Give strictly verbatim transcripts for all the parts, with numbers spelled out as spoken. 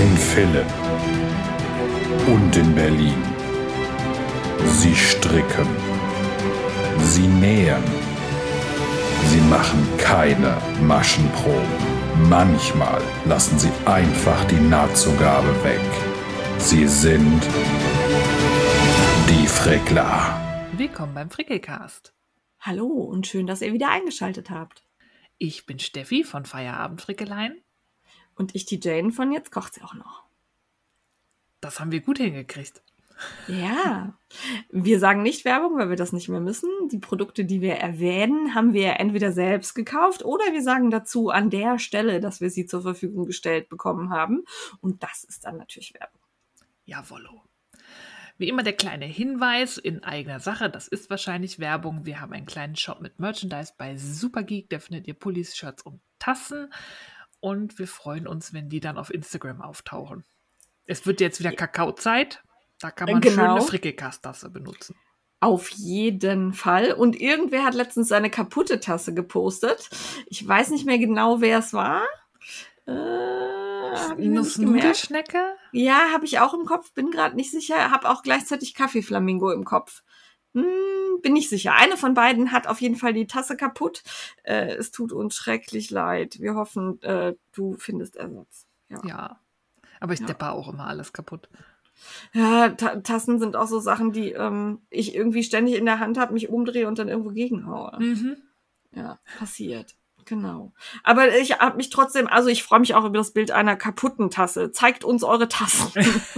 In Philipp und in Berlin. Sie stricken. Sie nähen. Sie machen keine Maschenproben. Manchmal lassen sie einfach die Nahtzugabe weg. Sie sind die Frickler. Willkommen beim Frickelcast. Hallo und schön, dass ihr wieder eingeschaltet habt. Ich bin Steffi von Feierabend Frickeleien. Und ich die Jane von Jetzt kocht sie auch noch. Das haben wir gut hingekriegt. Ja, wir sagen nicht Werbung, weil wir das nicht mehr müssen. Die Produkte, die wir erwähnen, haben wir entweder selbst gekauft oder wir sagen dazu an der Stelle, dass wir sie zur Verfügung gestellt bekommen haben. Und das ist dann natürlich Werbung. Jawollo. Wie immer der kleine Hinweis in eigener Sache, das ist wahrscheinlich Werbung. Wir haben einen kleinen Shop mit Merchandise bei Supergeek, da findet ihr Pullis, Shirts und Tassen. Und wir freuen uns, wenn die dann auf Instagram auftauchen. Es wird jetzt wieder Kakaozeit, da kann man Genau. schön eine Frickelcast-Tasse benutzen. Auf jeden Fall. Und irgendwer hat letztens seine kaputte Tasse gepostet. Ich weiß nicht mehr genau, wer es war. Äh, hab ich mir nicht gemerkt. Nussnudelschnecke? Ja, habe ich auch im Kopf, bin gerade nicht sicher. Habe auch gleichzeitig Kaffeeflamingo im Kopf. Hm, bin nicht sicher. Eine von beiden hat auf jeden Fall die Tasse kaputt. Äh, es tut uns schrecklich leid. Wir hoffen, äh, du findest Ersatz. Ja, Ja, aber ich Ja. depper auch immer alles kaputt. ja Ta- Tassen sind auch so Sachen, die ähm, ich irgendwie ständig in der Hand habe, mich umdrehe und dann irgendwo gegenhaue. Mhm. Ja, passiert. Genau. Aber ich habe mich trotzdem, also ich freue mich auch über das Bild einer kaputten Tasse. Zeigt uns eure Tassen.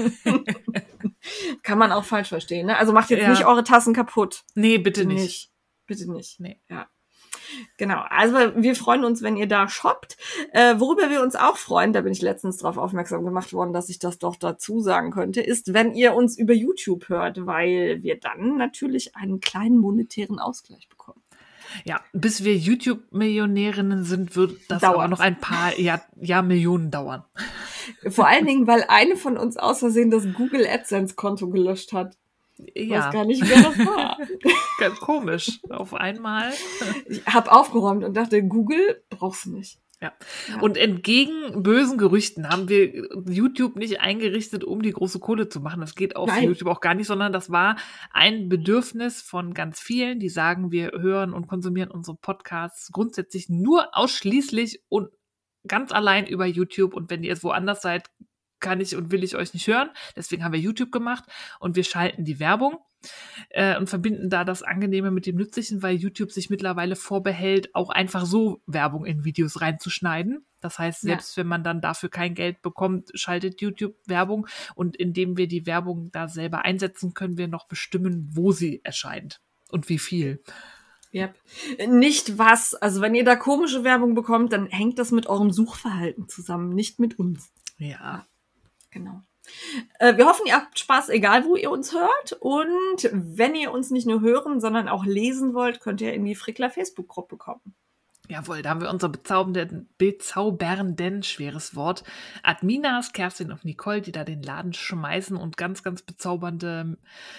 Kann man auch falsch verstehen, ne? Also macht jetzt Ja. nicht eure Tassen kaputt. Nee, bitte nicht. Bitte nicht. Nee. Ja. Genau. Also wir freuen uns, wenn ihr da shoppt. Äh, worüber wir uns auch freuen, da bin ich letztens darauf aufmerksam gemacht worden, dass ich das doch dazu sagen könnte, ist, wenn ihr uns über YouTube hört, weil wir dann natürlich einen kleinen monetären Ausgleich bekommen. Ja, bis wir YouTube-Millionärinnen sind, wird das Dauert. aber noch ein paar Jahr, Jahr Millionen dauern. Vor allen Dingen, weil eine von uns aus Versehen das Google AdSense-Konto gelöscht hat. Ich weiß Ja, gar nicht, wer das war. ganz komisch. Auf einmal. Ich habe aufgeräumt und dachte, Google brauchst du nicht. Ja. Ja. Und entgegen bösen Gerüchten haben wir YouTube nicht eingerichtet, um die große Kohle zu machen. Das geht auf Nein. YouTube auch gar nicht, sondern das war ein Bedürfnis von ganz vielen, die sagen, wir hören und konsumieren unsere Podcasts grundsätzlich nur ausschließlich und ganz allein über YouTube. Und wenn ihr jetzt woanders seid, kann ich und will ich euch nicht hören. Deswegen haben wir YouTube gemacht und wir schalten die Werbung äh, und verbinden da das Angenehme mit dem Nützlichen, weil YouTube sich mittlerweile vorbehält, auch einfach so Werbung in Videos reinzuschneiden. Das heißt, selbst wenn man dann dafür kein Geld bekommt, schaltet YouTube Werbung und indem wir die Werbung da selber einsetzen, können wir noch bestimmen, wo sie erscheint und wie viel. Yep. Nicht was. Also wenn ihr da komische Werbung bekommt, dann hängt das mit eurem Suchverhalten zusammen, nicht mit uns. Ja. Genau. Äh, wir hoffen, ihr habt Spaß, egal wo ihr uns hört. Und wenn ihr uns nicht nur hören, sondern auch lesen wollt, könnt ihr in die Frickler Facebook-Gruppe kommen. Jawohl, da haben wir unsere bezaubernden, bezaubernden, schweres Wort, Adminas, Kerstin und Nicole, die da den Laden schmeißen und ganz, ganz bezaubernde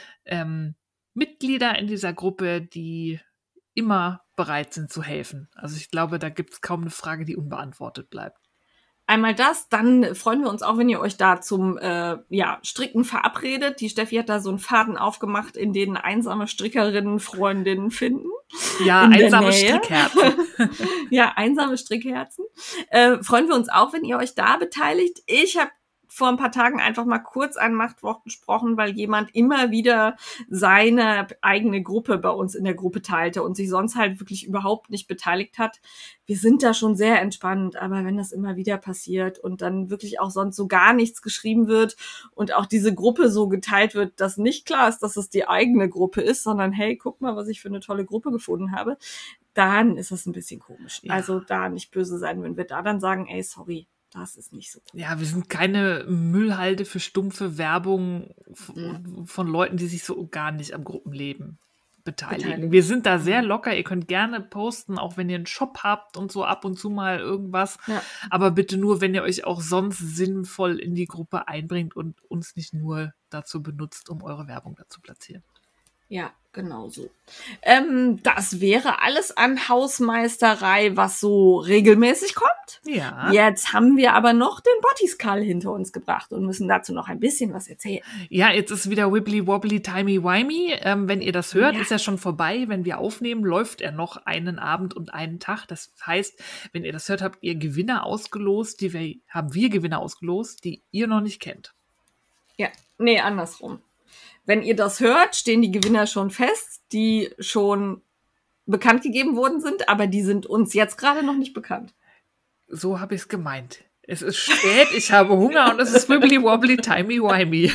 ähm, Mitglieder in dieser Gruppe, die immer bereit sind zu helfen. Also ich glaube, da gibt es kaum eine Frage, die unbeantwortet bleibt. Einmal das, dann freuen wir uns auch, wenn ihr euch da zum äh, ja, Stricken verabredet. Die Steffi hat da so einen Faden aufgemacht, in den einsame Strickerinnen Freundinnen finden. Ja, In der einsame Nähe. Strickherzen. Ja, einsame Strickherzen. Äh, freuen wir uns auch, wenn ihr euch da beteiligt. Ich habe vor ein paar Tagen einfach mal kurz ein Machtwort gesprochen, weil jemand immer wieder seine eigene Gruppe bei uns in der Gruppe teilte und sich sonst halt wirklich überhaupt nicht beteiligt hat. Wir sind da schon sehr entspannt, aber wenn das immer wieder passiert und dann wirklich auch sonst so gar nichts geschrieben wird und auch diese Gruppe so geteilt wird, dass nicht klar ist, dass es die eigene Gruppe ist, sondern hey, guck mal, was ich für eine tolle Gruppe gefunden habe, dann ist das ein bisschen komisch. Ja. Also da nicht böse sein, wenn wir da dann sagen, ey, sorry. Das ist nicht so. Ja, wir sind keine Müllhalde für stumpfe Werbung f- Ja. von Leuten, die sich so gar nicht am Gruppenleben beteiligen. Beteiligen. Wir sind da sehr locker. Ihr könnt gerne posten, auch wenn ihr einen Shop habt und so ab und zu mal irgendwas. Ja. Aber bitte nur, wenn ihr euch auch sonst sinnvoll in die Gruppe einbringt und uns nicht nur dazu benutzt, um eure Werbung da zu platzieren. Ja, genau so. Ähm, das wäre alles an Hausmeisterei, was so regelmäßig kommt. Ja. Jetzt haben wir aber noch den Bottiskull hinter uns gebracht und müssen dazu noch ein bisschen was erzählen. Ja, jetzt ist wieder Wibbly Wobbly Timey Wimey. Ähm, wenn ihr das hört, Ja. ist er schon vorbei. Wenn wir aufnehmen, läuft er noch einen Abend und einen Tag. Das heißt, wenn ihr das hört, habt ihr Gewinner ausgelost, die wir, haben wir Gewinner ausgelost, die ihr noch nicht kennt. Ja, nee, andersrum. Wenn ihr das hört, stehen die Gewinner schon fest, die schon bekannt gegeben worden sind, aber die sind uns jetzt gerade noch nicht bekannt. So habe ich es gemeint. Es ist spät, ich habe Hunger und es ist Wibbly Wobbly Timey Wimey.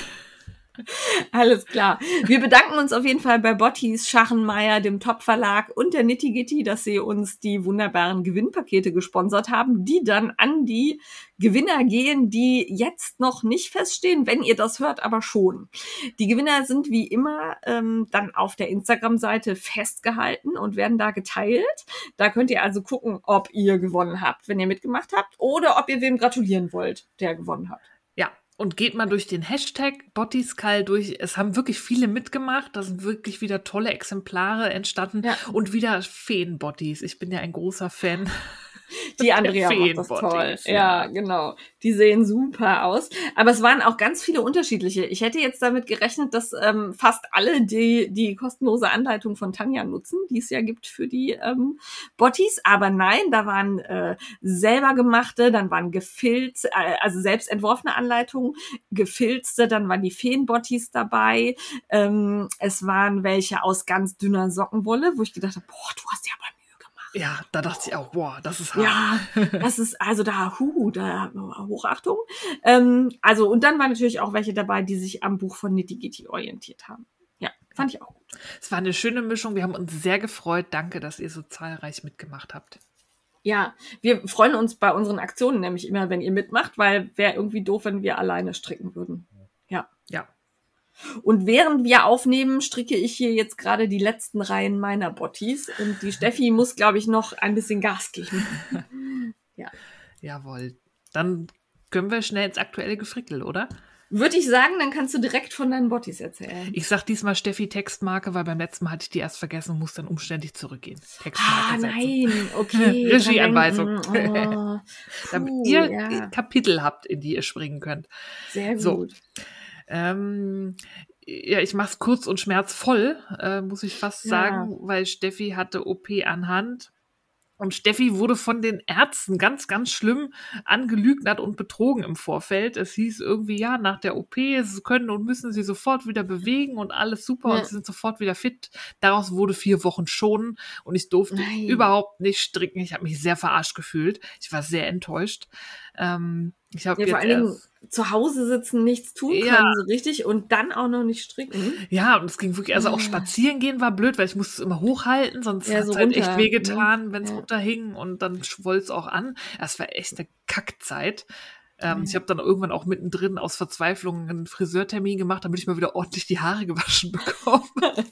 Alles klar. Wir bedanken uns auf jeden Fall bei Bottis, Schachenmeier, dem Top-Verlag und der Nitty Gitty, dass sie uns die wunderbaren Gewinnpakete gesponsert haben, die dann an die Gewinner gehen, die jetzt noch nicht feststehen, wenn ihr das hört, aber schon. Die Gewinner sind wie immer ähm, dann auf der Instagram-Seite festgehalten und werden da geteilt. Da könnt ihr also gucken, ob ihr gewonnen habt, wenn ihr mitgemacht habt, oder ob ihr wem gratulieren wollt, der gewonnen hat. Ja. Und geht mal durch den Hashtag Bottiskull durch. Es haben wirklich viele mitgemacht. Da sind wirklich wieder tolle Exemplare entstanden. Ja. Und wieder Feenbottis. Ich bin ja ein großer Fan. Die Andrea macht das toll. Ja, genau. Die sehen super aus. Aber es waren auch ganz viele unterschiedliche. Ich hätte jetzt damit gerechnet, dass ähm, fast alle die die kostenlose Anleitung von Tanja nutzen, die es ja gibt für die ähm, Bottis. Aber nein, da waren äh, selber gemachte, dann waren gefilzt, äh, also selbst entworfene Anleitungen, gefilzte, dann waren die Feenbottis dabei. Ähm, es waren welche aus ganz dünner Sockenwolle, wo ich gedacht habe, boah, du hast ja aber Ja, da dachte ich auch, boah, das ist hart. Ja, das ist, also da, hu, da, Hochachtung. Ähm, also, und dann waren natürlich auch welche dabei, die sich am Buch von Nitty Gitty orientiert haben. Ja, fand ich auch gut. Es war eine schöne Mischung. Wir haben uns sehr gefreut. Danke, dass ihr so zahlreich mitgemacht habt. Ja, wir freuen uns bei unseren Aktionen nämlich immer, wenn ihr mitmacht, weil wäre irgendwie doof, wenn wir alleine stricken würden. Ja. Ja. Und während wir aufnehmen, stricke ich hier jetzt gerade die letzten Reihen meiner Bottis. Und die Steffi muss, glaube ich, noch ein bisschen Gas geben. Ja. Jawohl. Dann können wir schnell ins aktuelle Gefrickel, oder? Würde ich sagen, dann kannst du direkt von deinen Bottis erzählen. Ich sag diesmal Steffi Textmarke, weil beim letzten Mal hatte ich die erst vergessen und muss dann umständlich zurückgehen. Textmarke ah, setzen. Nein, okay. Regieanweisung. Oh, damit puh, ihr ja. Kapitel habt, in die ihr springen könnt. Sehr gut. So. Ähm, ja, ich mach's kurz und schmerzvoll, äh, muss ich fast Ja. sagen, weil Steffi hatte O P an Hand. Und Steffi wurde von den Ärzten ganz, ganz schlimm angelügnert und betrogen im Vorfeld. Es hieß irgendwie, ja, nach der O P sie können und müssen sie sofort wieder bewegen und alles super Ja. und sie sind sofort wieder fit. Daraus wurde vier Wochen schonen und ich durfte Nein. überhaupt nicht stricken. Ich habe mich sehr verarscht gefühlt. Ich war sehr enttäuscht. Ähm, ich habe Ja, vor jetzt allen Dingen erst zu Hause sitzen, nichts tun Ja. können, so richtig, und dann auch noch nicht stricken. Ja, und es ging wirklich, also auch Ah. spazieren gehen war blöd, weil ich musste es immer hochhalten, sonst Ja, hat es so halt runter, echt wehgetan, ne? wenn es Ja. runterhing und dann schwoll es auch an. Das war echt eine Kackzeit. Ähm, Mhm. Ich habe dann irgendwann auch mittendrin aus Verzweiflung einen Friseurtermin gemacht, damit ich mal wieder ordentlich die Haare gewaschen bekomme.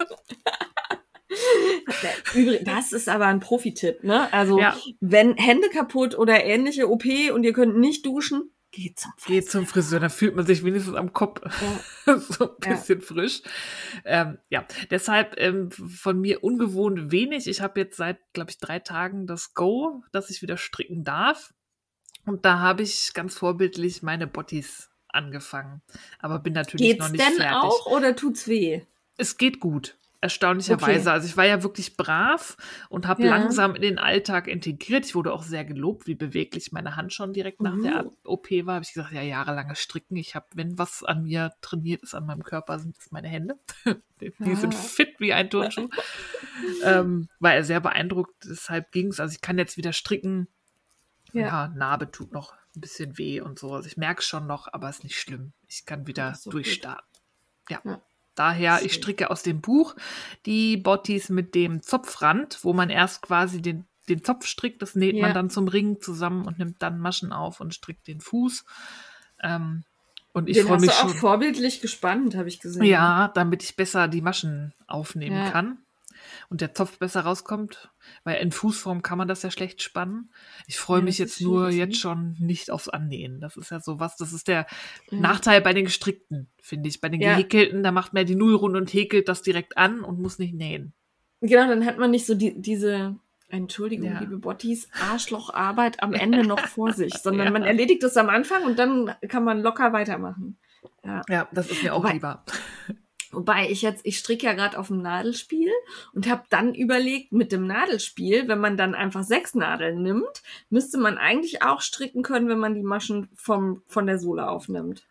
Übrigens, das ist aber ein Profi-Tipp, ne? Also, Ja. wenn Hände kaputt oder ähnliche O P und ihr könnt nicht duschen, geht zum Friseur. Geht zum Friseur, dann fühlt man sich wenigstens am Kopf Ja. so ein bisschen frisch. Ähm, ja, deshalb ähm, von mir ungewohnt wenig. Ich habe jetzt seit, glaube ich, drei Tagen das Go, dass ich wieder stricken darf. Und da habe ich ganz vorbildlich meine Bottis angefangen. Aber bin natürlich Geht's noch nicht denn fertig. auch oder tut's weh? Es geht gut. Erstaunlicherweise. Okay. Also ich war ja wirklich brav und habe Ja. langsam in den Alltag integriert. Ich wurde auch sehr gelobt, wie beweglich meine Hand schon direkt nach Mhm. der O P war. Habe ich gesagt, ja, jahrelanges Stricken. Ich habe, wenn was an mir trainiert ist, an meinem Körper, sind es meine Hände. Die Ah. sind fit wie ein Turnschuh. ähm, war er sehr beeindruckt. Deshalb ging es. Also ich kann jetzt wieder stricken. Ja. Ja, Narbe tut noch ein bisschen weh und so. Also ich merke es schon noch, aber es ist nicht schlimm. Ich kann wieder Das ist doch gut. durchstarten. Ja. Ja. Daher, Schön. ich stricke aus dem Buch die Bottis mit dem Zopfrand, wo man erst quasi den, den Zopf strickt, das näht Ja. man dann zum Ring zusammen und nimmt dann Maschen auf und strickt den Fuß. Ähm, und ich Den freue hast mich du auch schon. vorbildlich gespannt, habe ich gesehen. Ja, damit ich besser die Maschen aufnehmen Ja. kann. und der Zopf besser rauskommt, weil in Fußform kann man das ja schlecht spannen. Ich freue Ja, mich das jetzt ist nur schwierig, jetzt ne? schon nicht aufs Annähen. Das ist ja sowas, das ist der Ja. Nachteil bei den gestrickten, finde ich. Bei den Ja. gehäkelten, da macht man die Nullrunde und häkelt das direkt an und muss nicht nähen. Genau, dann hat man nicht so die, diese, Entschuldigung, Ja. liebe Bottis, Arschlocharbeit am Ende noch vor sich, sondern Ja. man erledigt es am Anfang und dann kann man locker weitermachen. Ja. Ja, das ist mir auch Wobei- lieber. Wobei ich jetzt, ich stricke ja gerade auf dem Nadelspiel und habe dann überlegt, mit dem Nadelspiel, wenn man dann einfach sechs Nadeln nimmt, müsste man eigentlich auch stricken können, wenn man die Maschen vom, von der Sohle aufnimmt.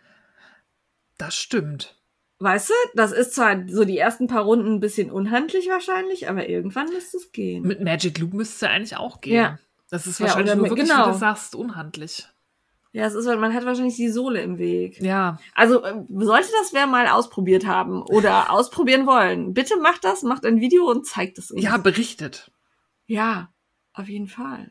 Das stimmt. Weißt du, das ist zwar so die ersten paar Runden ein bisschen unhandlich wahrscheinlich, aber irgendwann müsste es gehen. Mit Magic Loop müsste es ja eigentlich auch gehen. Ja. Das ist Ja, wahrscheinlich oder nur mit- wirklich, genau. wie du sagst, unhandlich. Ja, es ist, man hat wahrscheinlich die Sohle im Weg. Ja, Also äh, sollte das wer mal ausprobiert haben oder ausprobieren wollen, bitte macht das, macht ein Video und zeigt es uns. ja, berichtet. Ja, auf jeden Fall.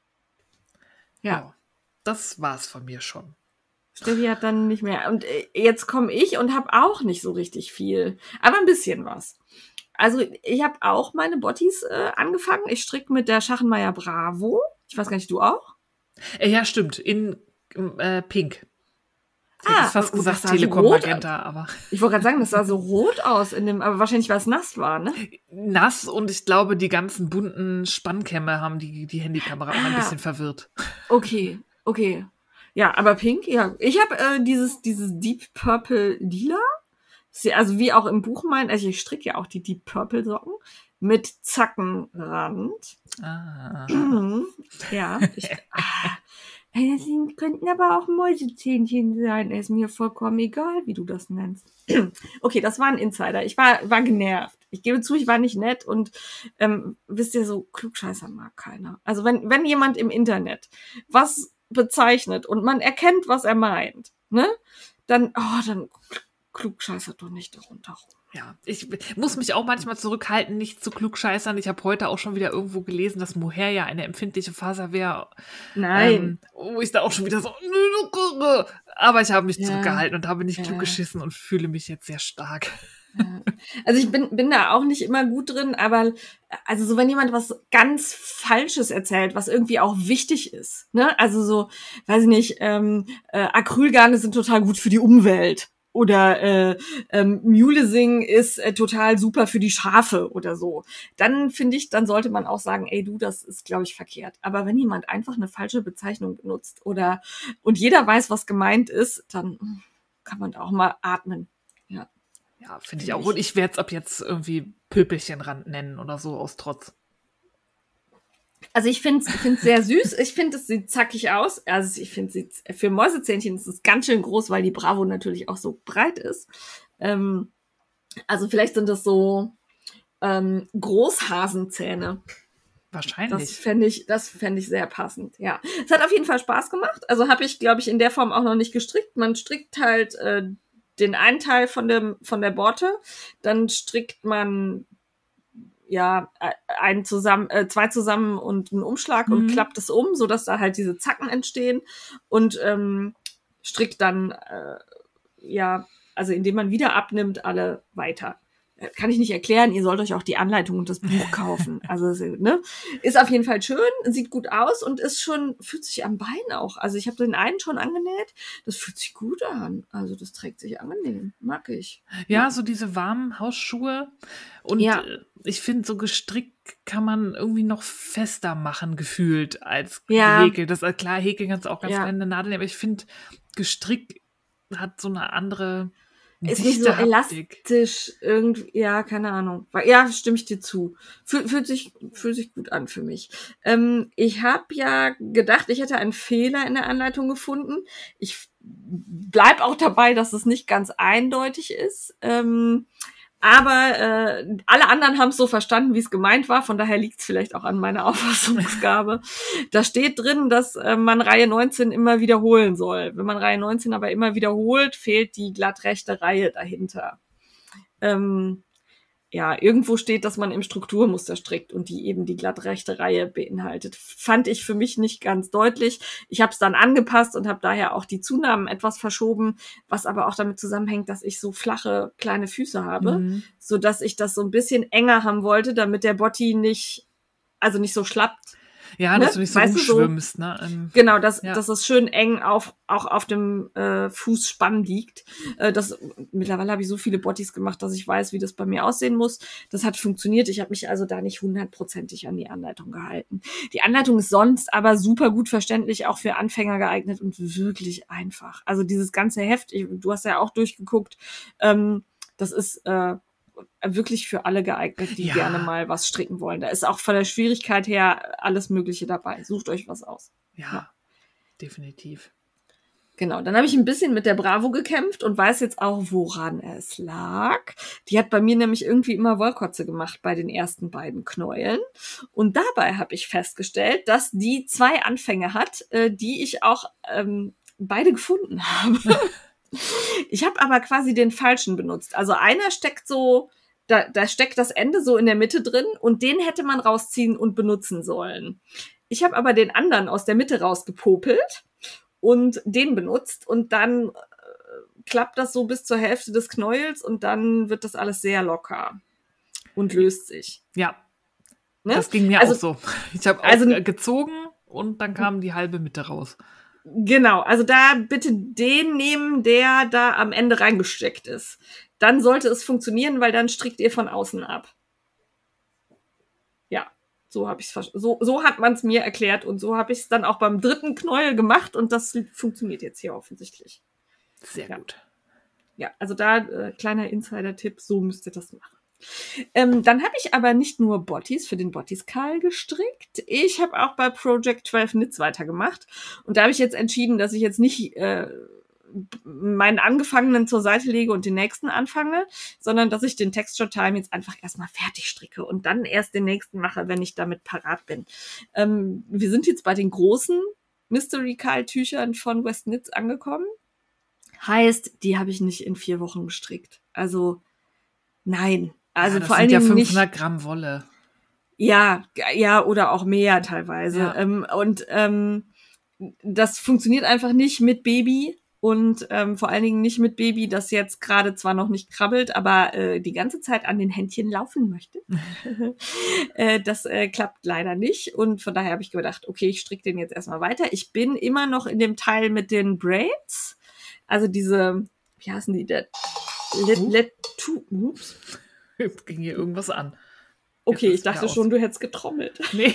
Ja, Oh, das war's von mir schon. Steffi hat dann nicht mehr. Und äh, jetzt komme ich und habe auch nicht so richtig viel, aber ein bisschen was. Also ich habe auch meine Bottis äh, angefangen. Ich stricke mit der Schachenmeier Bravo. Ich weiß gar nicht, du auch? Äh, ja, stimmt. In äh, Pink. Ich Ah, hätte jetzt fast und gesagt das sah so Telekom rot Magenta, aber Ich wollte gerade sagen, das sah so rot aus in dem, aber wahrscheinlich weil es nass war, ne? nass und ich glaube, die ganzen bunten Spannkämme haben die, die Handykamera auch ein Ah. bisschen verwirrt. Okay, okay. Ja, aber pink, ja. Ich habe äh, dieses dieses Deep Purple Lila. Sie- Also wie auch im Buch mein, also ich stricke ja auch die Deep Purple Socken mit Zackenrand. Ah. Mhm. Ja. Ich, ah, das sind- könnten aber auch Mäusezähnchen sein. Ist mir vollkommen egal, wie du das nennst. Okay, das war ein Insider. Ich war, war genervt. Ich gebe zu, ich war nicht nett und ähm, wisst ihr, so Klugscheißer mag keiner. Also wenn, wenn jemand im Internet was bezeichnet und man erkennt, was er meint, ne, dann, oh, dann klugscheißert doch nicht darunter rum. Ja, ich muss mich auch manchmal zurückhalten, nicht zu klugscheißern. Ich habe heute auch schon wieder irgendwo gelesen, dass Mohair ja eine empfindliche Faser wäre. Nein. Ähm, wo ich da auch schon wieder so, aber ich habe mich Ja. zurückgehalten und habe nicht Ja. klug geschissen und fühle mich jetzt sehr stark. Also ich bin, bin da auch nicht immer gut drin, aber also so wenn jemand was ganz Falsches erzählt, was irgendwie auch wichtig ist, ne? Also so, weiß ich nicht, ähm, äh, Acrylgarne sind total gut für die Umwelt. Oder äh, ähm, Mulesing ist äh, total super für die Schafe oder so. Dann finde ich, dann sollte man auch sagen, ey du, das ist, glaube ich, verkehrt. Aber wenn jemand einfach eine falsche Bezeichnung benutzt oder und jeder weiß, was gemeint ist, dann kann man da auch mal atmen. Ja. Ja, finde ich auch. Und ich werde es ab jetzt irgendwie Pöpelchenrand nennen oder so aus Trotz. Also ich finde es sehr süß. Ich finde, es sieht zackig aus. Also ich finde, sieht für Mäusezähnchen ist es ganz schön groß, weil die Bravo natürlich auch so breit ist. Ähm, also vielleicht sind das so ähm, Großhasenzähne. Das Wahrscheinlich. fände ich, das fände ich sehr passend. Ja, es hat auf jeden Fall Spaß gemacht. Also habe ich, glaube ich, in der Form auch noch nicht gestrickt. Man strickt halt äh, den einen Teil von dem von der Borte, dann strickt man ja ein zusammen, äh, zwei zusammen und einen Umschlag und Mhm. klappt es um, so dass da halt diese Zacken entstehen und ähm, strickt dann äh, ja, also indem man wieder abnimmt, alle weiter. Äh, Kann ich nicht erklären, ihr sollt euch auch die Anleitung und das Buch kaufen. Also es, ne, ist auf jeden Fall schön, sieht gut aus und ist schon, fühlt sich am Bein auch. Also ich habe den einen schon angenäht, das fühlt sich gut an. Also das trägt sich angenehm, mag ich. Ja, so diese warmen Hausschuhe. Und Ja. äh, ich finde, so gestrickt kann man irgendwie noch fester machen, gefühlt, als Ja. gehäkelt. Das, äh, klar, häkeln kannst du auch ganz Ja. kleine Nadeln, aber ich finde, gestrickt hat so eine andere Ist nicht so dichte Haptik. elastisch irgendwie, ja, keine Ahnung. Ja, stimme ich dir zu. Fühl, fühlt sich, fühlt sich gut an für mich. Ähm, ich habe ja gedacht, ich hätte einen Fehler in der Anleitung gefunden. Ich bleib auch dabei, dass es nicht ganz eindeutig ist. Ähm, aber äh, alle anderen haben es so verstanden, wie es gemeint war. Von daher liegt es vielleicht auch an meiner Auffassungsgabe. Da steht drin, dass äh, man Reihe neunzehn immer wiederholen soll. Wenn man Reihe neunzehn aber immer wiederholt, fehlt die glatt rechte Reihe dahinter. Ähm, ja, irgendwo steht, dass man im Strukturmuster strickt und die eben die glatt rechte Reihe beinhaltet. Fand ich für mich nicht ganz deutlich. Ich habe es dann angepasst und habe daher auch die Zunahmen etwas verschoben, was aber auch damit zusammenhängt, dass ich so flache kleine Füße habe, Mhm. so dass ich das so ein bisschen enger haben wollte, damit der Botti nicht, also nicht so schlappt. Ja, Ne? dass du nicht so Weißt du, so- rumschwimmst. Ne? Ähm, Genau, dass, Ja. dass es schön eng auf, auch auf dem äh, Fußspann liegt. Äh, das, mittlerweile habe ich so viele Bottis gemacht, dass ich weiß, wie das bei mir aussehen muss. Das hat funktioniert. Ich habe mich also da nicht hundertprozentig an die Anleitung gehalten. Die Anleitung ist sonst aber super gut verständlich, auch für Anfänger geeignet und wirklich einfach. Also dieses ganze Heft, ich, du hast ja auch durchgeguckt, ähm, das ist äh, wirklich für alle geeignet, die Ja. gerne mal was stricken wollen. Da ist auch von der Schwierigkeit her alles Mögliche dabei. Sucht euch was aus. ja, Ja. definitiv. Genau, dann habe ich ein bisschen mit der Bravo gekämpft und weiß jetzt auch, woran es lag. Die hat bei mir nämlich irgendwie immer Wollkotze gemacht bei den ersten beiden Knäueln. Und dabei habe ich festgestellt, dass die zwei Anfänge hat, äh, die ich auch ähm, beide gefunden habe. Ich habe aber quasi den falschen benutzt. Also einer steckt so, da, da steckt das Ende so in der Mitte drin und den hätte man rausziehen und benutzen sollen. Ich habe aber den anderen aus der Mitte rausgepopelt und den benutzt und dann äh, klappt das so bis zur Hälfte des Knäuels und dann wird das alles sehr locker und löst sich. Ja, Ne? das ging mir Also- auch so. Ich habe auch also- äh, gezogen und dann kam die halbe Mitte raus. Genau, also da bitte den nehmen, der da am Ende reingesteckt ist. Dann sollte es funktionieren, weil dann strickt ihr von außen ab. Ja, so habe ich es so so hat man es mir erklärt und so habe ich es dann auch beim dritten Knäuel gemacht und das funktioniert jetzt hier offensichtlich. Sehr Ja. gut. Ja, also da äh, kleiner Insider-Tipp, so müsst ihr das machen. Ähm, dann habe ich aber nicht nur Bottis für den Bottis-Karl gestrickt. Ich habe auch bei Project zwölf Knits weitergemacht. Und da habe ich jetzt entschieden, dass ich jetzt nicht äh, meinen angefangenen zur Seite lege und den nächsten anfange, sondern dass ich den Texture Time jetzt einfach erstmal fertig stricke und dann erst den nächsten mache, wenn ich damit parat bin. Ähm, wir sind jetzt bei den großen Mystery-Karl-Tüchern von West Knits angekommen. Heißt, die habe ich nicht in vier Wochen gestrickt. Also, nein. Also ja, das vor sind allen ja Dingen fünfhundert nicht. Gramm Wolle. Ja, ja, oder auch mehr teilweise. Ja. Ähm, und ähm, das funktioniert einfach nicht mit Baby und ähm, vor allen Dingen nicht mit Baby, das jetzt gerade zwar noch nicht krabbelt, aber äh, die ganze Zeit an den Händchen laufen möchte. äh, das äh, klappt leider nicht und von daher habe ich gedacht, okay, ich stricke den jetzt erstmal weiter. Ich bin immer noch in dem Teil mit den Braids, also diese, wie heißen die denn? Let, let to, ups. Jetzt ging hier irgendwas an. Okay, Jetzt ich ist wieder dachte aus. schon, du hättest getrommelt. Nee.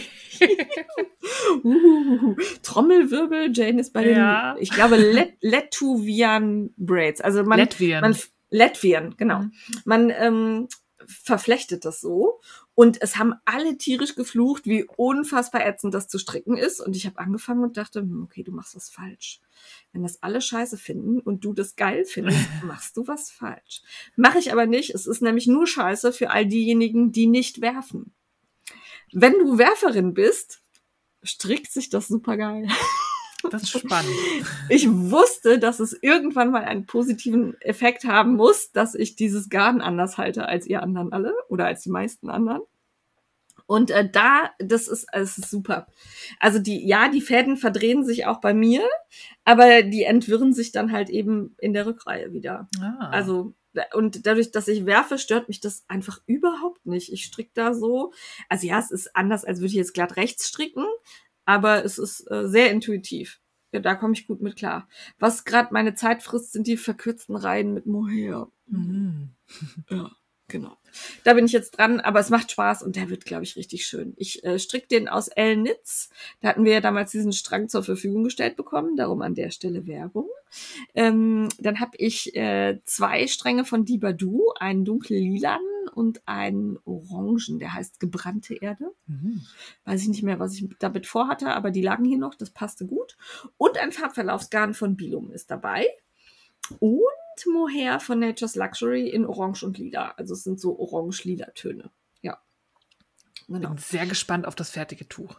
Uhuhu. Trommelwirbel, Jane ist bei den, Ja. ich glaube, Let Letuvian Braids. Also man, Latvian. man Latvian, genau. Mhm. Man ähm, verflechtet das so und es haben alle tierisch geflucht, wie unfassbar ätzend das zu stricken ist. Und ich habe angefangen und dachte, hm, okay, du machst was falsch. Wenn das alle scheiße finden und du das geil findest, machst du was falsch. Mache ich aber nicht. Es ist nämlich nur scheiße für all diejenigen, die nicht werfen. Wenn du Werferin bist, strickt sich das super geil. Das ist spannend. Ich wusste, dass es irgendwann mal einen positiven Effekt haben muss, dass ich dieses Garn anders halte als ihr anderen alle oder als die meisten anderen. Und äh, da, das ist, es ist super. Also die, ja, die Fäden verdrehen sich auch bei mir, aber die entwirren sich dann halt eben in der Rückreihe wieder. Ah. Also, und dadurch, dass ich werfe, stört mich das einfach überhaupt nicht. Ich stricke da so, also ja, es ist anders, als würde ich jetzt glatt rechts stricken, aber es ist äh, sehr intuitiv. Ja, da komme ich gut mit klar. Was gerade meine Zeit frisst, sind die verkürzten Reihen mit Mohair. Mhm. Ja, genau. Da bin ich jetzt dran, aber es macht Spaß und der wird, glaube ich, richtig schön. Ich äh, stricke den aus L-Knits. Da hatten wir ja damals diesen Strang zur Verfügung gestellt bekommen, darum an der Stelle Werbung. Ähm, dann habe ich äh, zwei Stränge von Dibadou, einen dunkel-lilanen und einen orangen, der heißt gebrannte Erde. Mhm. Weiß ich nicht mehr, was ich damit vorhatte, aber die lagen hier noch, das passte gut. Und ein Farbverlaufsgarn von Bilum ist dabei. Und Mohair von Nature's Luxury in Orange und Lila. Also es sind so orange-lila Töne. Ja. Genau. Bin sehr gespannt auf das fertige Tuch.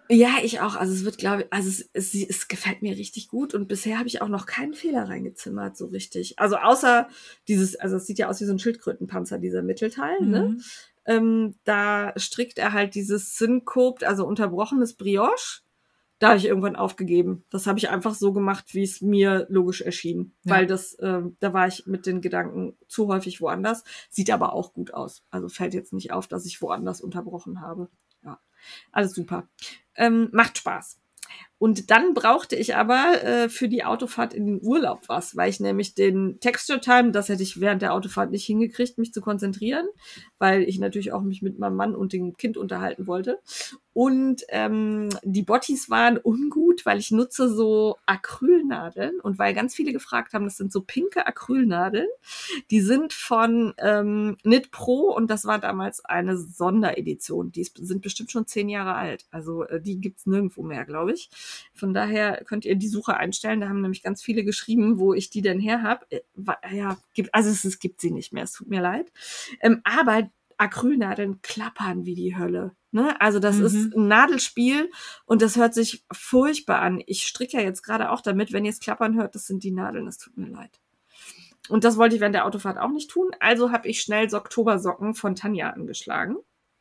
Ja, ich auch. Also es wird, glaube ich, also es, es, es gefällt mir richtig gut und bisher habe ich auch noch keinen Fehler reingezimmert, so richtig. Also außer dieses, also es sieht ja aus wie so ein Schildkrötenpanzer, dieser Mittelteil, Mhm. ne? Ähm, da strickt er halt dieses Syncope, also unterbrochenes Brioche. Da habe ich irgendwann aufgegeben. Das habe ich einfach so gemacht, wie es mir logisch erschien. Ja. Weil das, ähm, da war ich mit den Gedanken zu häufig woanders. Sieht aber auch gut aus. Also fällt jetzt nicht auf, dass ich woanders unterbrochen habe. Ja, alles super. Ähm, macht Spaß. Und dann brauchte ich aber äh, für die Autofahrt in den Urlaub was, weil ich nämlich den Texture Time, das hätte ich während der Autofahrt nicht hingekriegt, mich zu konzentrieren, weil ich natürlich auch mich mit meinem Mann und dem Kind unterhalten wollte. Und ähm, die Bottis waren ungut, weil ich nutze so Acrylnadeln und weil ganz viele gefragt haben, das sind so pinke Acrylnadeln. Die sind von ähm, Knit Pro und das war damals eine Sonderedition. Die ist, sind bestimmt schon zehn Jahre alt. Also äh, die gibt's nirgendwo mehr, glaube ich. Von daher könnt ihr die Suche einstellen. Da haben nämlich ganz viele geschrieben, wo ich die denn her habe. Äh, ja, gibt, also es, es gibt sie nicht mehr. Es tut mir leid. Ähm, aber Acrylnadeln klappern wie die Hölle. Ne? Also das Mhm. ist ein Nadelspiel und das hört sich furchtbar an. Ich stricke ja jetzt gerade auch damit, wenn ihr es klappern hört, das sind die Nadeln, das tut mir leid. Und das wollte ich während der Autofahrt auch nicht tun, also habe ich schnell Socktobersocken von Tanja angeschlagen.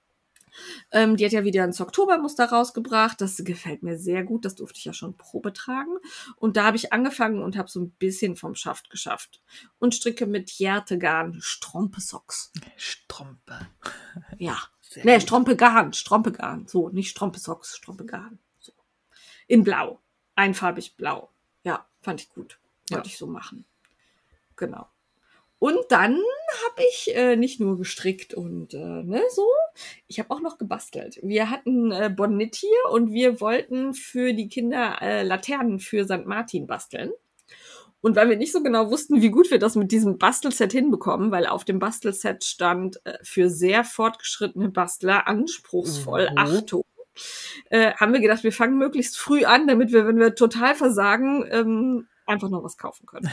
Ähm, die hat ja wieder ein Socktobermuster rausgebracht, das gefällt mir sehr gut, das durfte ich ja schon Probe tragen. Und da habe ich angefangen und habe so ein bisschen vom Schaft geschafft. Und stricke mit Järtegarn Strompe-Socks. Strompe. Ja. Sehr Nee, gut. Strompegarn, Strompegarn. So, nicht Strompe-Socks, Strompegarn. So. In blau. Einfarbig blau. Ja, fand ich gut. Wollte Ja. ich so machen. Genau. Und dann habe ich äh, nicht nur gestrickt und äh, ne, so, ich habe auch noch gebastelt. Wir hatten äh, Bonnet hier und wir wollten für die Kinder äh, Laternen für Sankt Martin basteln. Und weil wir nicht so genau wussten, wie gut wir das mit diesem Bastelset hinbekommen, weil auf dem Bastelset stand äh, für sehr fortgeschrittene Bastler anspruchsvoll, Mhm. Achtung, äh, haben wir gedacht, wir fangen möglichst früh an, damit wir, wenn wir total versagen, ähm, einfach noch was kaufen können.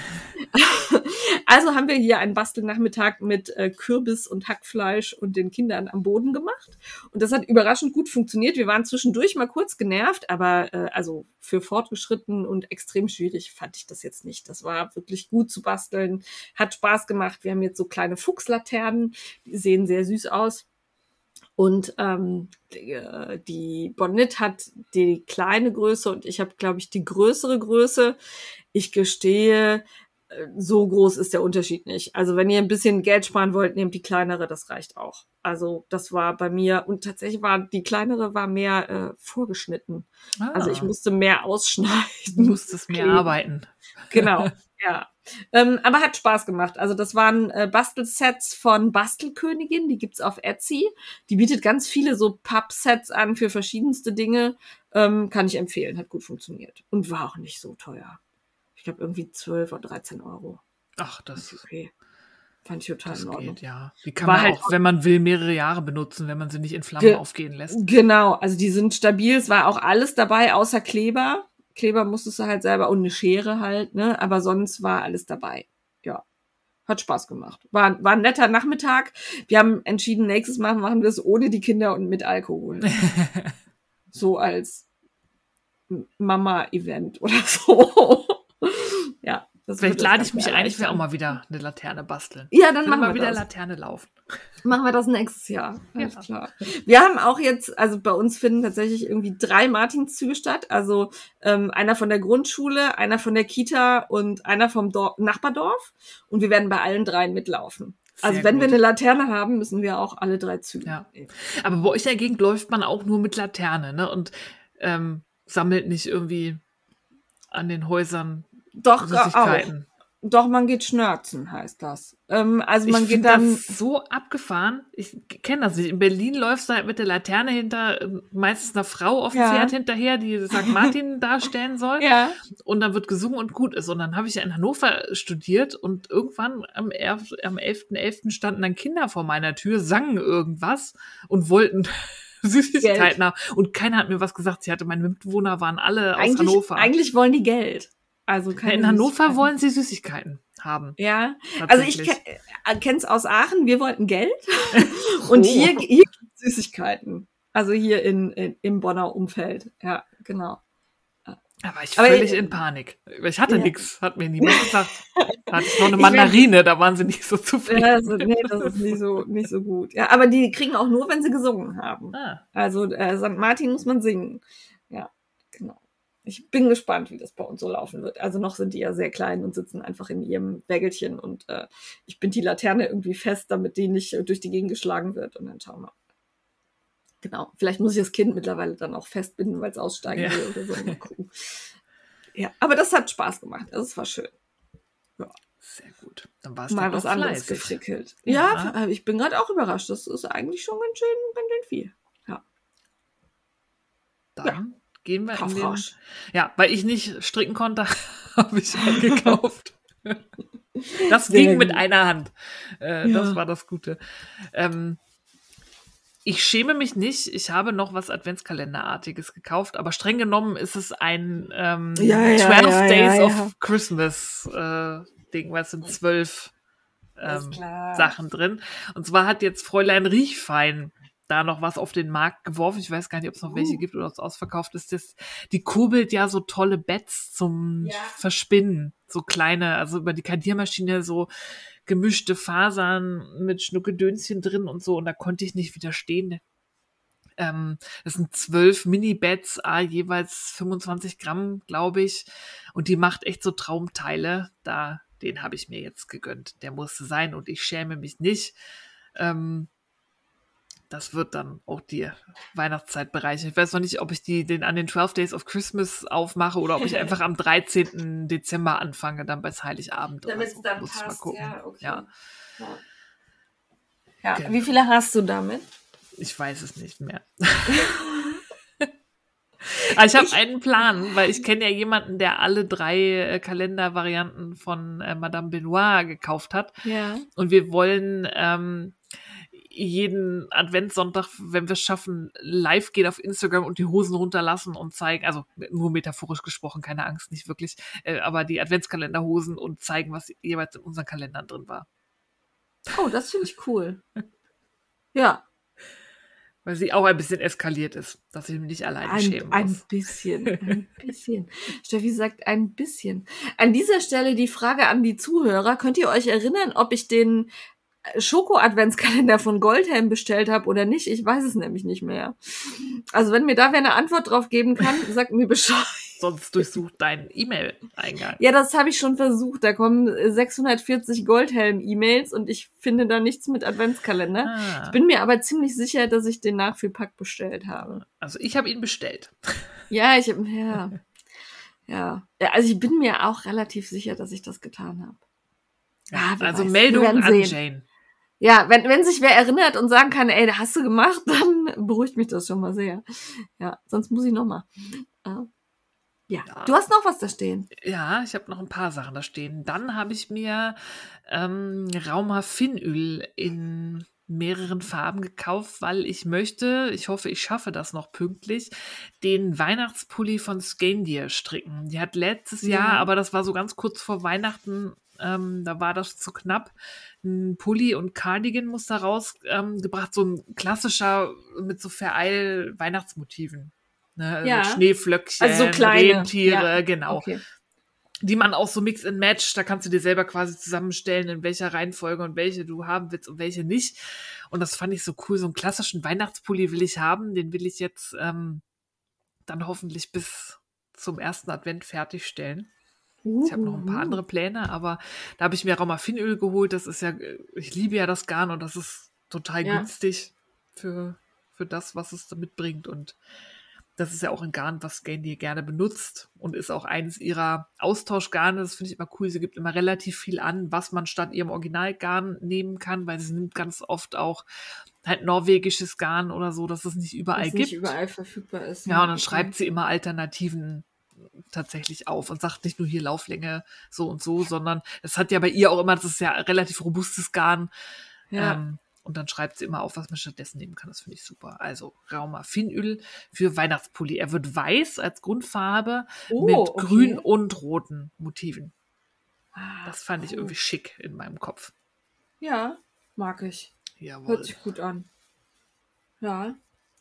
Also haben wir hier einen Bastelnachmittag mit äh, Kürbis und Hackfleisch und den Kindern am Boden gemacht. Und das hat überraschend gut funktioniert. Wir waren zwischendurch mal kurz genervt, aber äh, also für fortgeschritten und extrem schwierig fand ich das jetzt nicht. Das war wirklich gut zu basteln, hat Spaß gemacht. Wir haben jetzt so kleine Fuchslaternen, die sehen sehr süß aus. Und ähm, die, äh, die Bonnet hat die kleine Größe und ich habe, glaube ich, die größere Größe. Ich gestehe, äh, so groß ist der Unterschied nicht. Also wenn ihr ein bisschen Geld sparen wollt, nehmt die kleinere, das reicht auch. Also das war bei mir, und tatsächlich war die kleinere war mehr äh, vorgeschnitten. Ah, Also ich musste mehr ausschneiden. du musstest mehr kleben. arbeiten. Genau, ja. Ähm, aber hat Spaß gemacht. Also das waren äh, Bastelsets von Bastelkönigin, die gibt's auf Etsy. Die bietet ganz viele so Pappsets an für verschiedenste Dinge. Ähm, kann ich empfehlen, hat gut funktioniert. Und war auch nicht so teuer. Ich glaube irgendwie zwölf oder dreizehn Euro. Ach, Das ist das, okay. Fand ich total das in Ordnung. geht, ja. Die kann War man halt auch, wenn man will, mehrere Jahre benutzen, wenn man sie nicht in Flammen Ge- aufgehen lässt. Genau, also die sind stabil. Es war auch alles dabei, außer Kleber. Kleber musstest du halt selber und eine Schere halt, ne? Aber sonst war alles dabei. Ja, hat Spaß gemacht. War, war ein netter Nachmittag. Wir haben entschieden, nächstes Mal machen wir es ohne die Kinder und mit Alkohol. So als Mama-Event oder so. Ja, das Vielleicht wird das lade ich Ganze mich ein, ich will auch erleichtern. mal wieder eine Laterne basteln. Ja, Ich dann will machen mal wir wieder das. Laterne laufen. Machen wir das nächstes Jahr. Alles Ja. klar. Wir haben auch jetzt, also bei uns finden tatsächlich irgendwie drei Martinszüge statt. Also ähm, einer von der Grundschule, einer von der Kita und einer vom Dor- Nachbardorf. Und wir werden bei allen dreien mitlaufen. Also Sehr wenn gut. wir eine Laterne haben, müssen wir auch alle drei Züge. Ja. nehmen. Aber bei euch in der Gegend läuft man auch nur mit Laterne, ne? Und ähm, sammelt nicht irgendwie an den Häusern Doch, auch. Süßigkeiten. Doch, man geht schnörzen, heißt das. Ähm, also man Ich geht finde dann. das so abgefahren. Ich kenne das nicht. In Berlin läufst du halt mit der Laterne hinter, äh, meistens einer Frau auf dem Ja. Pferd hinterher, die Sankt Martin darstellen soll. Ja. Und dann wird gesungen und gut ist. Und dann habe ich ja in Hannover studiert und irgendwann am, elf- am elften elften standen dann Kinder vor meiner Tür, sangen irgendwas und wollten Süßigkeiten haben. Und keiner hat mir was gesagt. Sie hatte, meine Mitbewohner waren alle aus Eigentlich, Hannover. eigentlich wollen die Geld. Also Ja, keine in Hannover Süßigkeiten. wollen sie Süßigkeiten haben. Ja, also ich Tatsächlich. ke- äh, kenn's aus Aachen, wir wollten Geld und Oh. hier, hier gibt's Süßigkeiten. Also hier in, in, im Bonner Umfeld. Ja, genau. Da war ich Aber völlig ich- in Panik. Ich hatte Ja. nichts, hat mir niemand gesagt. Da hatte ich noch eine Ich wär- Mandarine, da waren sie nicht so zufrieden. Ja, also, nee, das ist nicht so, nicht so gut. Ja, aber die kriegen auch nur, wenn sie gesungen haben. Ah, Also äh, Sankt Martin muss man singen. Ja, genau. Ich bin gespannt, wie das bei uns so laufen wird. Also noch sind die ja sehr klein und sitzen einfach in ihrem Wägelchen und äh, ich bind die Laterne irgendwie fest, damit die nicht durch die Gegend geschlagen wird und dann schauen wir. Genau. Vielleicht muss ich das Kind mittlerweile dann auch festbinden, weil es aussteigen Ja. will oder so. Mal gucken. Ja, aber das hat Spaß gemacht. Also es war schön. sehr gut. Dann war es Mal doch was noch anderes fleißig. gefrickelt. Ja. Ja, ich bin gerade auch überrascht. Das ist eigentlich schon ganz schön, ganz schön viel. Ja. Dann Ja. gehen wir in den... Kaufrausch. Ja, weil ich nicht stricken konnte, habe ich eingekauft. Das Sehr ging mit gut. einer Hand. Äh, Ja. Das war das Gute. Ähm, ich schäme mich nicht. Ich habe noch was Adventskalenderartiges gekauft, aber streng genommen ist es ein ähm, Ja, ja, zwölf ja, Days ja, of ja. Christmas äh, Ding, weil es sind zwölf Ist ähm, klar. Sachen drin. Und zwar hat jetzt Fräulein Riechfein da noch was auf den Markt geworfen. Ich weiß gar nicht, ob es noch welche Uh. gibt oder ob es ausverkauft ist. Das, die kurbelt ja so tolle Beds zum Ja. Verspinnen. So kleine, also über die Kadiermaschine so gemischte Fasern mit Schnuckedönschen drin und so. Und da konnte ich nicht widerstehen. Ähm, das sind zwölf Mini-Beds, ah, jeweils fünfundzwanzig Gramm, glaube ich. Und die macht echt so Traumteile. Da, den habe ich mir jetzt gegönnt. Der musste sein und ich schäme mich nicht. Ähm, das wird dann auch die Weihnachtszeit bereichern. Ich weiß noch nicht, ob ich die, den an den zwölf Days of Christmas aufmache oder ob ich einfach am dreizehnten Dezember anfange, dann bis Heiligabend. oder Damit es so. dann Muss ich mal passt. gucken. Ja, okay. Ja, Ja. Ja. Genau. Wie viele hast du damit? ich weiß es nicht mehr. Aber ich habe Ich- einen Plan, weil ich kenne ja jemanden, der alle drei äh, Kalendervarianten von äh, Madame Benoit gekauft hat. Ja. Und wir wollen ähm, jeden Adventssonntag, wenn wir es schaffen, live gehen auf Instagram und die Hosen runterlassen und zeigen, also nur metaphorisch gesprochen, keine Angst, nicht wirklich, äh, aber die Adventskalenderhosen und zeigen, was jeweils in unseren Kalendern drin war. Oh, das finde ich cool. Ja. Weil sie auch ein bisschen eskaliert ist, dass ich mich nicht alleine Ein, schämen ein muss. bisschen, ein bisschen. Steffi sagt ein bisschen. An dieser Stelle die Frage an die Zuhörer. Könnt ihr euch erinnern, ob ich den Schoko-Adventskalender von Goldhelm bestellt habe oder nicht? Ich weiß es nämlich nicht mehr. Also wenn mir da wer eine Antwort drauf geben kann, sagt mir Bescheid. Sonst durchsucht deinen E-Mail-Eingang. Ja, das habe ich schon versucht. Da kommen sechshundertvierzig Goldhelm-E-Mails und ich finde da nichts mit Adventskalender. Ah, Ich bin mir aber ziemlich sicher, dass ich den Nachfüllpack bestellt habe. also ich habe ihn bestellt. Ja, ich hab, ja. Ja. Ja, also ich bin mir auch relativ sicher, dass ich das getan habe. Ah, wer also weiß. Meldung Wir werden an sehen. Jane. Ja, wenn, wenn sich wer erinnert und sagen kann, ey, da hast du gemacht, dann beruhigt mich das schon mal sehr. Ja, sonst muss ich noch mal. Ja. Ja. Ja. Du hast noch was da stehen. Ja, ich habe noch ein paar Sachen da stehen. Dann habe ich mir ähm, Raumafinöl in mehreren Farben gekauft, weil ich möchte, ich hoffe, ich schaffe das noch pünktlich, den Weihnachtspulli von Skandia stricken. Die hat letztes Ja. Jahr, aber das war so ganz kurz vor Weihnachten, ähm, da war das zu knapp, ein Pulli und Cardigan-Muster rausgebracht, so ein klassischer mit so Vereil-Weihnachtsmotiven. Ne? Also Ja. Schneeflöckchen, Also so kleine. Rentiere, Ja. genau. Okay. Die man auch so Mix and Match, da kannst du dir selber quasi zusammenstellen, in welcher Reihenfolge und welche du haben willst und welche nicht. Und das fand ich so cool. So einen klassischen Weihnachtspulli will ich haben. Den will ich jetzt ähm, dann hoffentlich bis zum ersten Advent fertigstellen. Ich habe noch ein paar andere Pläne, aber da habe ich mir Raumafinöl geholt. Das ist ja, ich liebe ja das Garn und das ist total Ja. günstig für, für das, was es damit bringt. Und das ist ja auch ein Garn, was Skandia gerne benutzt und ist auch eines ihrer Austauschgarne. Das finde ich immer cool. Sie gibt immer relativ viel an, was man statt ihrem Originalgarn nehmen kann, weil sie nimmt ganz oft auch halt norwegisches Garn oder so, dass es nicht überall Was gibt. nicht überall verfügbar ist. Ja, und dann Okay. schreibt sie immer Alternativen tatsächlich auf und sagt nicht nur hier Lauflänge so und so, sondern es hat ja bei ihr auch immer, das ist ja relativ robustes Garn. Ja. Ähm, und dann schreibt sie immer auf, was man stattdessen nehmen kann. Das finde ich super. Also Raumafinöl für Weihnachtspulli. Er wird weiß als Grundfarbe Oh, mit okay. grün und roten Motiven. Ah, Das fand ich cool. irgendwie schick in meinem Kopf. Ja, mag ich. Jawohl. Hört sich gut an. Ja.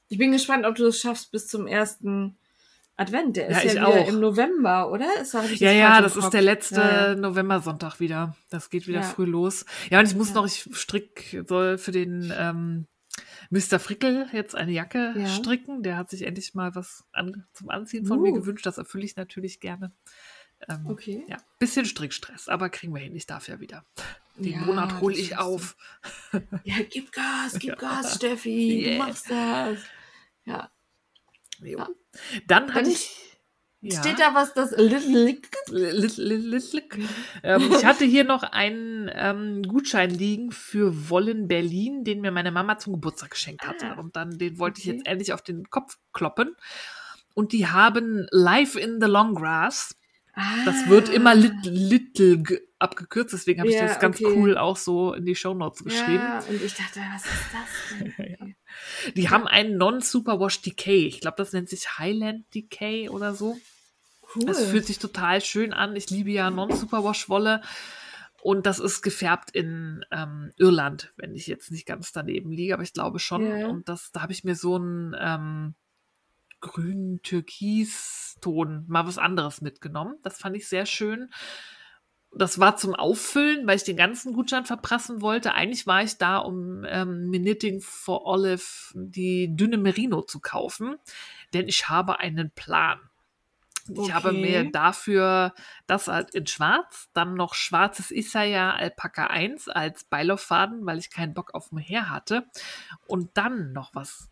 Ich bin gespannt, ob du es schaffst bis zum ersten Advent. Der ist Ja, ja, ich wieder auch. im November, oder? Ist, hab ich Ja, jetzt ja, falsch im das ist Kopf? der letzte Ja, ja. Novembersonntag wieder. Das geht wieder Ja. früh los. Ja, und ich muss Ja. noch, ich strick soll für den ähm, Mister Frickel jetzt eine Jacke Ja. stricken. Der hat sich endlich mal was an, zum Anziehen von mir Uh. gewünscht. Das erfülle ich natürlich gerne. Ähm, Okay. Ja, bisschen Strickstress, aber kriegen wir hin. Ich darf ja wieder. Den Ja, Monat hole das ich schaffst du. auf. Ja, gib Gas, gib Gas, Steffi. Yeah. Du machst das. Ja. Jo. Ja. Dann hatte Dann ich. Ja. Steht da was, das Little Lick? Little, little, little. ähm, ich hatte hier noch einen ähm, Gutschein liegen für Wollen Berlin, den mir meine Mama zum Geburtstag geschenkt hatte. Ah, Und dann den wollte okay. ich jetzt endlich auf den Kopf kloppen. Und die haben Live in the Long Grass. Das wird immer Little, little g- abgekürzt, deswegen habe ich Ja, das ganz okay. cool auch so in die Shownotes geschrieben. Ja, und ich dachte, was ist das denn? Okay. Die haben einen Non-Superwash Decay. Ich glaube, das nennt sich Highland Decay oder so. Cool. Es fühlt sich total schön an. Ich liebe ja Non-Superwash-Wolle. Und das ist gefärbt in ähm, Irland, wenn ich jetzt nicht ganz daneben liege, aber ich glaube schon. Ja. Und das, da habe ich mir so einen ähm, grünen Türkis-Ton mal was anderes mitgenommen. Das fand ich sehr schön. Das war zum Auffüllen, weil ich den ganzen Gutschein verprassen wollte. Eigentlich war ich da, um ähm, mir Knitting for Olive die dünne Merino zu kaufen, denn ich habe einen Plan. Ich Okay. habe mir dafür das halt in schwarz, dann noch schwarzes Isaya Alpaka eins als Beilauffaden, weil ich keinen Bock auf mehr hatte. Und dann noch was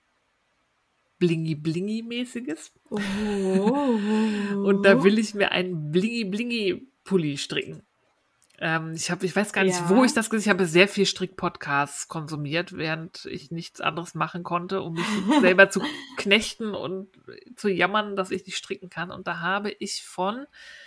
Blingi-Blingi-mäßiges. Oh. Und da will ich mir einen Blingi-Blingi-Pulli stricken. Ähm, ich, hab, ich weiß gar nicht, Ja. wo ich das gesehen habe. Ich habe sehr viel Strick-Podcasts konsumiert, während ich nichts anderes machen konnte, um mich selber zu knechten und zu jammern, dass ich nicht stricken kann. Und da habe ich von,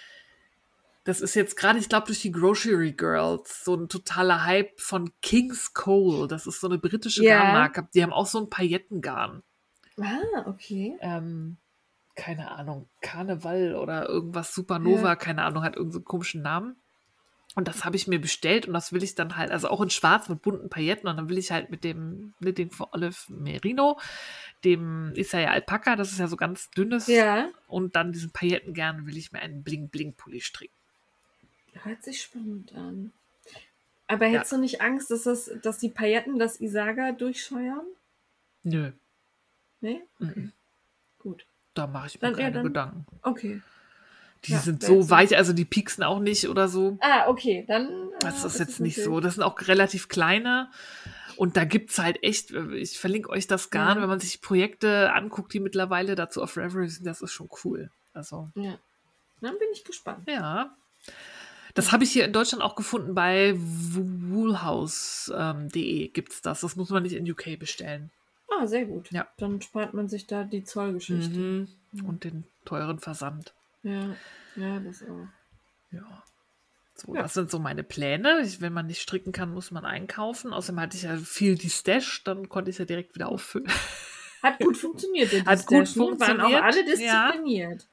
das ist jetzt gerade, ich glaube, durch die Grocery Girls, so ein totaler Hype von King's Cole. Das ist so eine britische Ja. Garnmarke. Die haben auch so ein Paillettengarn. Ah, okay. Ähm, keine Ahnung, Karneval oder irgendwas Supernova, Ja. keine Ahnung, hat irgendeinen so komischen Namen. Und das habe ich mir bestellt und das will ich dann halt, also auch in schwarz mit bunten Pailletten und dann will ich halt mit dem Knitting for Olive Merino, dem Isaya Alpaka, das ist ja so ganz dünnes, Ja, und dann diesen Pailletten gerne will ich mir einen Bling-Bling-Pulli stricken. hört sich spannend an. Aber hättest du nicht Angst, dass, das, dass die Pailletten das Isaga durchscheuern? Nö, Nee? Okay. Mhm. Gut. da mache ich mir Dann- ja, keine dann- Gedanken. Okay. Die Ja, sind wär so jetzt- weich, also die pieksen auch nicht oder so. Ah, okay, dann. äh, Das ist jetzt es nicht so. natürlich- Das sind auch relativ kleine. Und da gibt es halt echt, ich verlinke euch das Garn, Ja. wenn man sich Projekte anguckt, die mittlerweile dazu auf Ravelry sind, das ist schon cool. Also, Ja. Dann bin ich gespannt. ja. Das habe ich hier in Deutschland auch gefunden bei woolhouse punkt de gibt es das. Das muss man nicht in U K bestellen. Ah, sehr gut. Ja. Dann spart man sich da die Zollgeschichte. Mhm. Und den teuren Versand. Ja, ja, das auch. Ja. So, Ja. das sind so meine Pläne. Ich, wenn man nicht stricken kann, muss man einkaufen. Außerdem hatte ich ja viel die Stash, dann konnte ich ja direkt wieder auffüllen. Hat gut funktioniert, der Hat gut Distation. Waren auch funktioniert, alle ja. diszipliniert.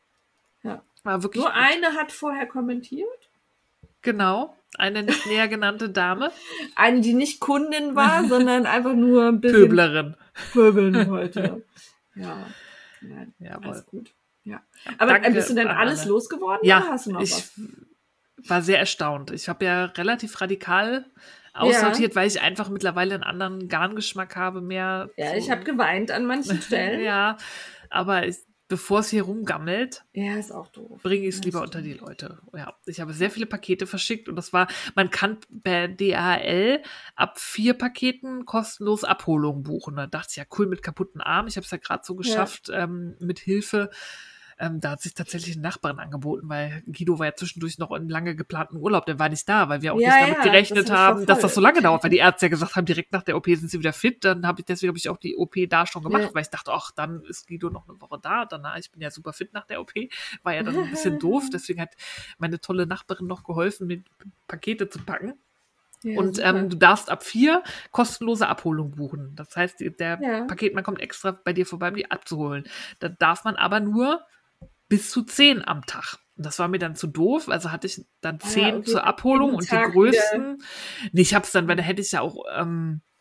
War wirklich Nur gut. eine hat vorher kommentiert. Genau, eine nicht näher genannte Dame. Eine, die nicht Kundin war, sondern einfach nur ein bisschen Pöblerin. pöbeln wollte. Ja, nein, Jawohl. alles gut. Ja. Aber Danke äh, bist du denn an alles alle. losgeworden Ja, oder hast du noch ich was? war sehr erstaunt. Ich habe ja relativ radikal aussortiert, weil ich einfach mittlerweile einen anderen Garngeschmack habe, mehr. Ja, so- ich habe geweint an manchen Stellen. Ja, aber ich, bevor es hier rumgammelt, Ja, ist auch doof. bringe ich es Ja, lieber das unter die stimmt. Leute. Ja, ich habe sehr viele Pakete verschickt und das war, man kann bei D H L ab vier Paketen kostenlos Abholung buchen. Da dachte ich, ja cool, mit kaputten Arm. Ich habe es ja gerade so geschafft, ähm, mit Hilfe. Ähm, da hat sich tatsächlich eine Nachbarin angeboten, weil Guido war ja zwischendurch noch in lange geplanten Urlaub. Der war nicht da, weil wir auch Ja, nicht damit ja, gerechnet das hab ich haben, dass das verfolgt. so lange dauert, weil die Ärzte ja gesagt haben, direkt nach der O P sind sie wieder fit. Dann habe ich deswegen habe ich auch die O P da schon gemacht, Ja. weil ich dachte, ach, dann ist Guido noch eine Woche da. Danach, ich bin ja super fit nach der O P. War ja dann ein bisschen doof. Deswegen hat meine tolle Nachbarin noch geholfen, mir Pakete zu packen. Ja, Und super. ähm, du darfst ab vier kostenlose Abholung buchen. Das heißt, die- der Ja. Paketmann kommt extra bei dir vorbei, um die abzuholen. Da darf man aber nur bis zu zehn am Tag. Und das war mir dann zu doof. Also hatte ich dann zehn okay. zur Abholung Jeden und Tag die größten. Nee, ich hab's dann, weil da hätte ich ja auch ähm,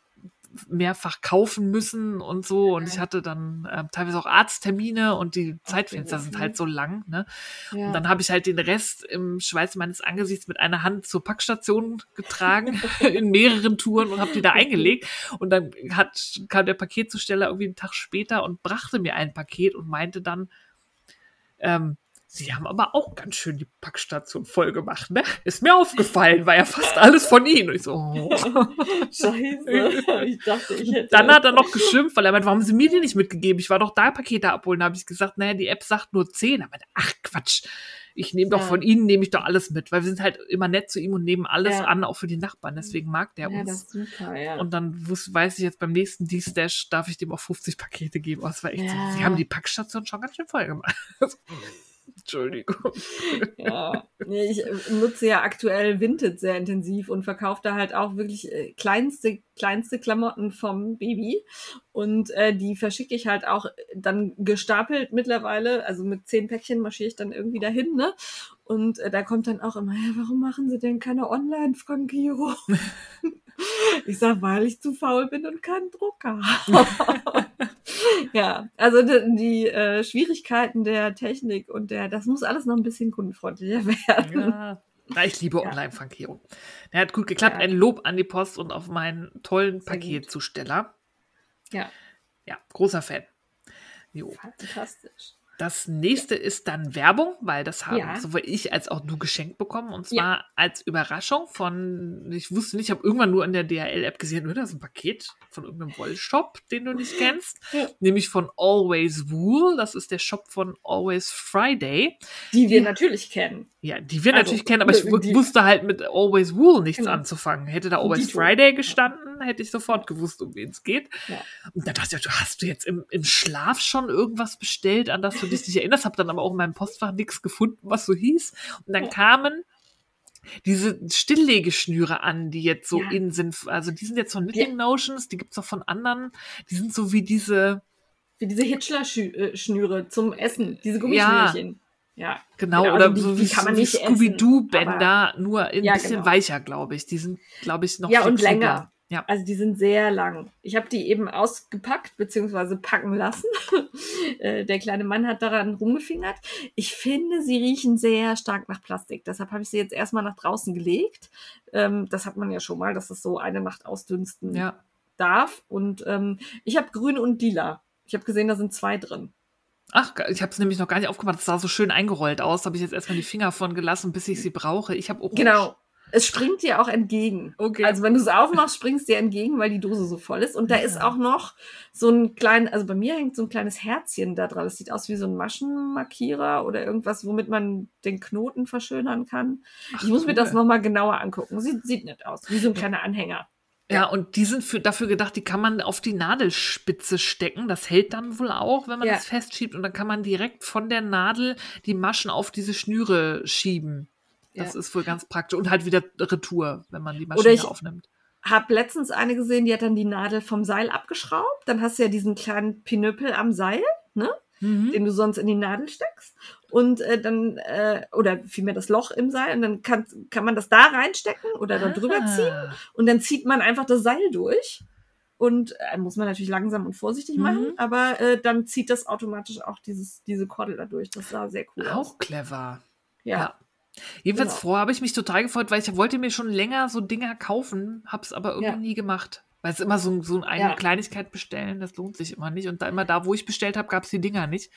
mehrfach kaufen müssen und so. Und ich hatte dann äh, teilweise auch Arzttermine und die Zeitfenster sind halt so lang. Ne? Ja. Und dann habe ich halt den Rest im Schweiß meines Angesichts mit einer Hand zur Packstation getragen in mehreren Touren und habe die da eingelegt. Und dann hat, kam der Paketzusteller irgendwie einen Tag später und brachte mir ein Paket und meinte dann, ähm, Sie haben aber auch ganz schön die Packstation voll gemacht, ne? Ist mir aufgefallen, war ja fast alles von Ihnen. Und ich so, oh. Scheiße. Ich dachte, ich hätte... Dann hat er noch geschimpft, weil er meinte, warum haben Sie mir die nicht mitgegeben? Ich war doch da, Pakete abholen. Da habe ich gesagt, naja, die App sagt nur zehn. Aber ach, Quatsch. Ich nehme doch ja. von Ihnen, nehme ich doch alles mit. Weil wir sind halt immer nett zu ihm und nehmen alles ja. an, auch für die Nachbarn. Deswegen mag der ja, uns. Das ist super, ja. Und dann wus- weiß ich jetzt, beim nächsten D-Stash darf ich dem auch fünfzig Pakete geben. Oh, das war echt ja. so. Sie haben die Packstation schon ganz schön voll gemacht. Entschuldigung. Ja, ich nutze ja aktuell Vinted sehr intensiv und verkaufe da halt auch wirklich kleinste, kleinste Klamotten vom Baby. Und äh, die verschicke ich halt auch dann gestapelt mittlerweile. Also mit zehn Päckchen marschiere ich dann irgendwie dahin, ne? Und äh, da kommt dann auch immer, ja, warum machen Sie denn keine Online-Frankierung? Ich sag, weil ich zu faul bin und keinen Drucker habe. Ja, also die, die äh, Schwierigkeiten der Technik und der, das muss alles noch ein bisschen kundenfreundlicher werden. Ja, ich liebe Ja. Online-Frankierung. Der hat gut geklappt. Ja. Ein Lob an die Post und auf meinen tollen Sehr Paketzusteller. Ja, Ja, großer Fan. Jo. fantastisch. Das nächste ist dann Werbung, weil das haben Ja. sowohl ich als auch du geschenkt bekommen. Und zwar Ja. als Überraschung von, ich wusste nicht, ich habe irgendwann nur in der D H L-App gesehen, oh, da ist ein Paket von irgendeinem Wollshop, den du nicht kennst. Ja. Nämlich von Always Wool. Das ist der Shop von Always Friday. Die wir natürlich kennen. Ja, die wir Also, natürlich kennen, aber ich die- w- wusste halt mit Always Wool nichts Genau. anzufangen. Hätte da Always Dito. Friday gestanden, hätte ich sofort gewusst, um wen es geht. Ja. Und dann dachte ich, du hast du jetzt im, im Schlaf schon irgendwas bestellt, an das du dich nicht erinnerst? Hab dann aber auch in meinem Postfach nichts gefunden, was so hieß. Und dann Ja. kamen diese Stilllegeschnüre an, die jetzt so Ja. in sind. Also die sind jetzt von Knitting Notions, die gibt's auch von anderen. Die sind so wie diese, Wie diese Hitler-Schnüre zum Essen, diese Gummischnürchen. Ja, genau, Genau, oder also die- so die wie, kann man wie nicht essen, Scooby-Doo-Bänder, nur ein Ja, bisschen genau. weicher, glaube ich. Die sind, glaube ich, noch Ja, und flexibler. länger. Ja. Also die sind sehr lang. Ich habe die eben ausgepackt bzw. packen lassen. Äh, Der kleine Mann hat daran rumgefingert. Ich finde, sie riechen sehr stark nach Plastik. Deshalb habe ich sie jetzt erstmal nach draußen gelegt. Ähm, das hat man ja schon mal, dass es so eine Nacht ausdünsten Ja. darf. Und ähm, ich habe grün und lila. Ich habe gesehen, da sind zwei drin. Ach, ich habe es nämlich noch gar nicht aufgemacht. Das sah so schön eingerollt aus. Da habe ich jetzt erstmal die Finger von gelassen, bis ich sie brauche. Ich habe Orange. Genau. Es springt dir auch entgegen. Okay. Also wenn du es aufmachst, springst dir entgegen, weil die Dose so voll ist. Und da ist auch noch so ein klein, also bei mir hängt so ein kleines Herzchen da dran. Das sieht aus wie so ein Maschenmarkierer oder irgendwas, womit man den Knoten verschönern kann. Ach, ich muss mir cool. das nochmal genauer angucken. Sieht, sieht nett aus, wie so ein kleiner Anhänger. Ja, und die sind für, dafür gedacht, die kann man auf die Nadelspitze stecken. Das hält dann wohl auch, wenn man Ja. das festschiebt. Und dann kann man direkt von der Nadel die Maschen auf diese Schnüre schieben. Das Ja. ist wohl ganz praktisch. Und halt wieder Retour, wenn man die Oder Maschine ich- aufnimmt. Hab letztens eine gesehen, die hat dann die Nadel vom Seil abgeschraubt. Dann hast du ja diesen kleinen Pinöppel am Seil, ne? Mhm. Den du sonst in die Nadel steckst. Und äh, dann, äh, oder vielmehr das Loch im Seil. Und dann kann, kann man das da reinstecken oder da drüber ziehen. Ah. Und dann zieht man einfach das Seil durch. Und äh, muss man natürlich langsam und vorsichtig Mhm. machen. Aber äh, dann zieht das automatisch auch dieses, diese Kordel da durch. Das sah sehr cool aus. Auch clever. Ja. Ja. Jedenfalls Genau. vorher habe ich mich total gefreut, weil ich wollte mir schon länger so Dinger kaufen, habe es aber irgendwie Ja. nie gemacht. Weil es immer so, so eine Ja. Kleinigkeit bestellen, das lohnt sich immer nicht. Und da immer da, wo ich bestellt habe, gab es die Dinger nicht.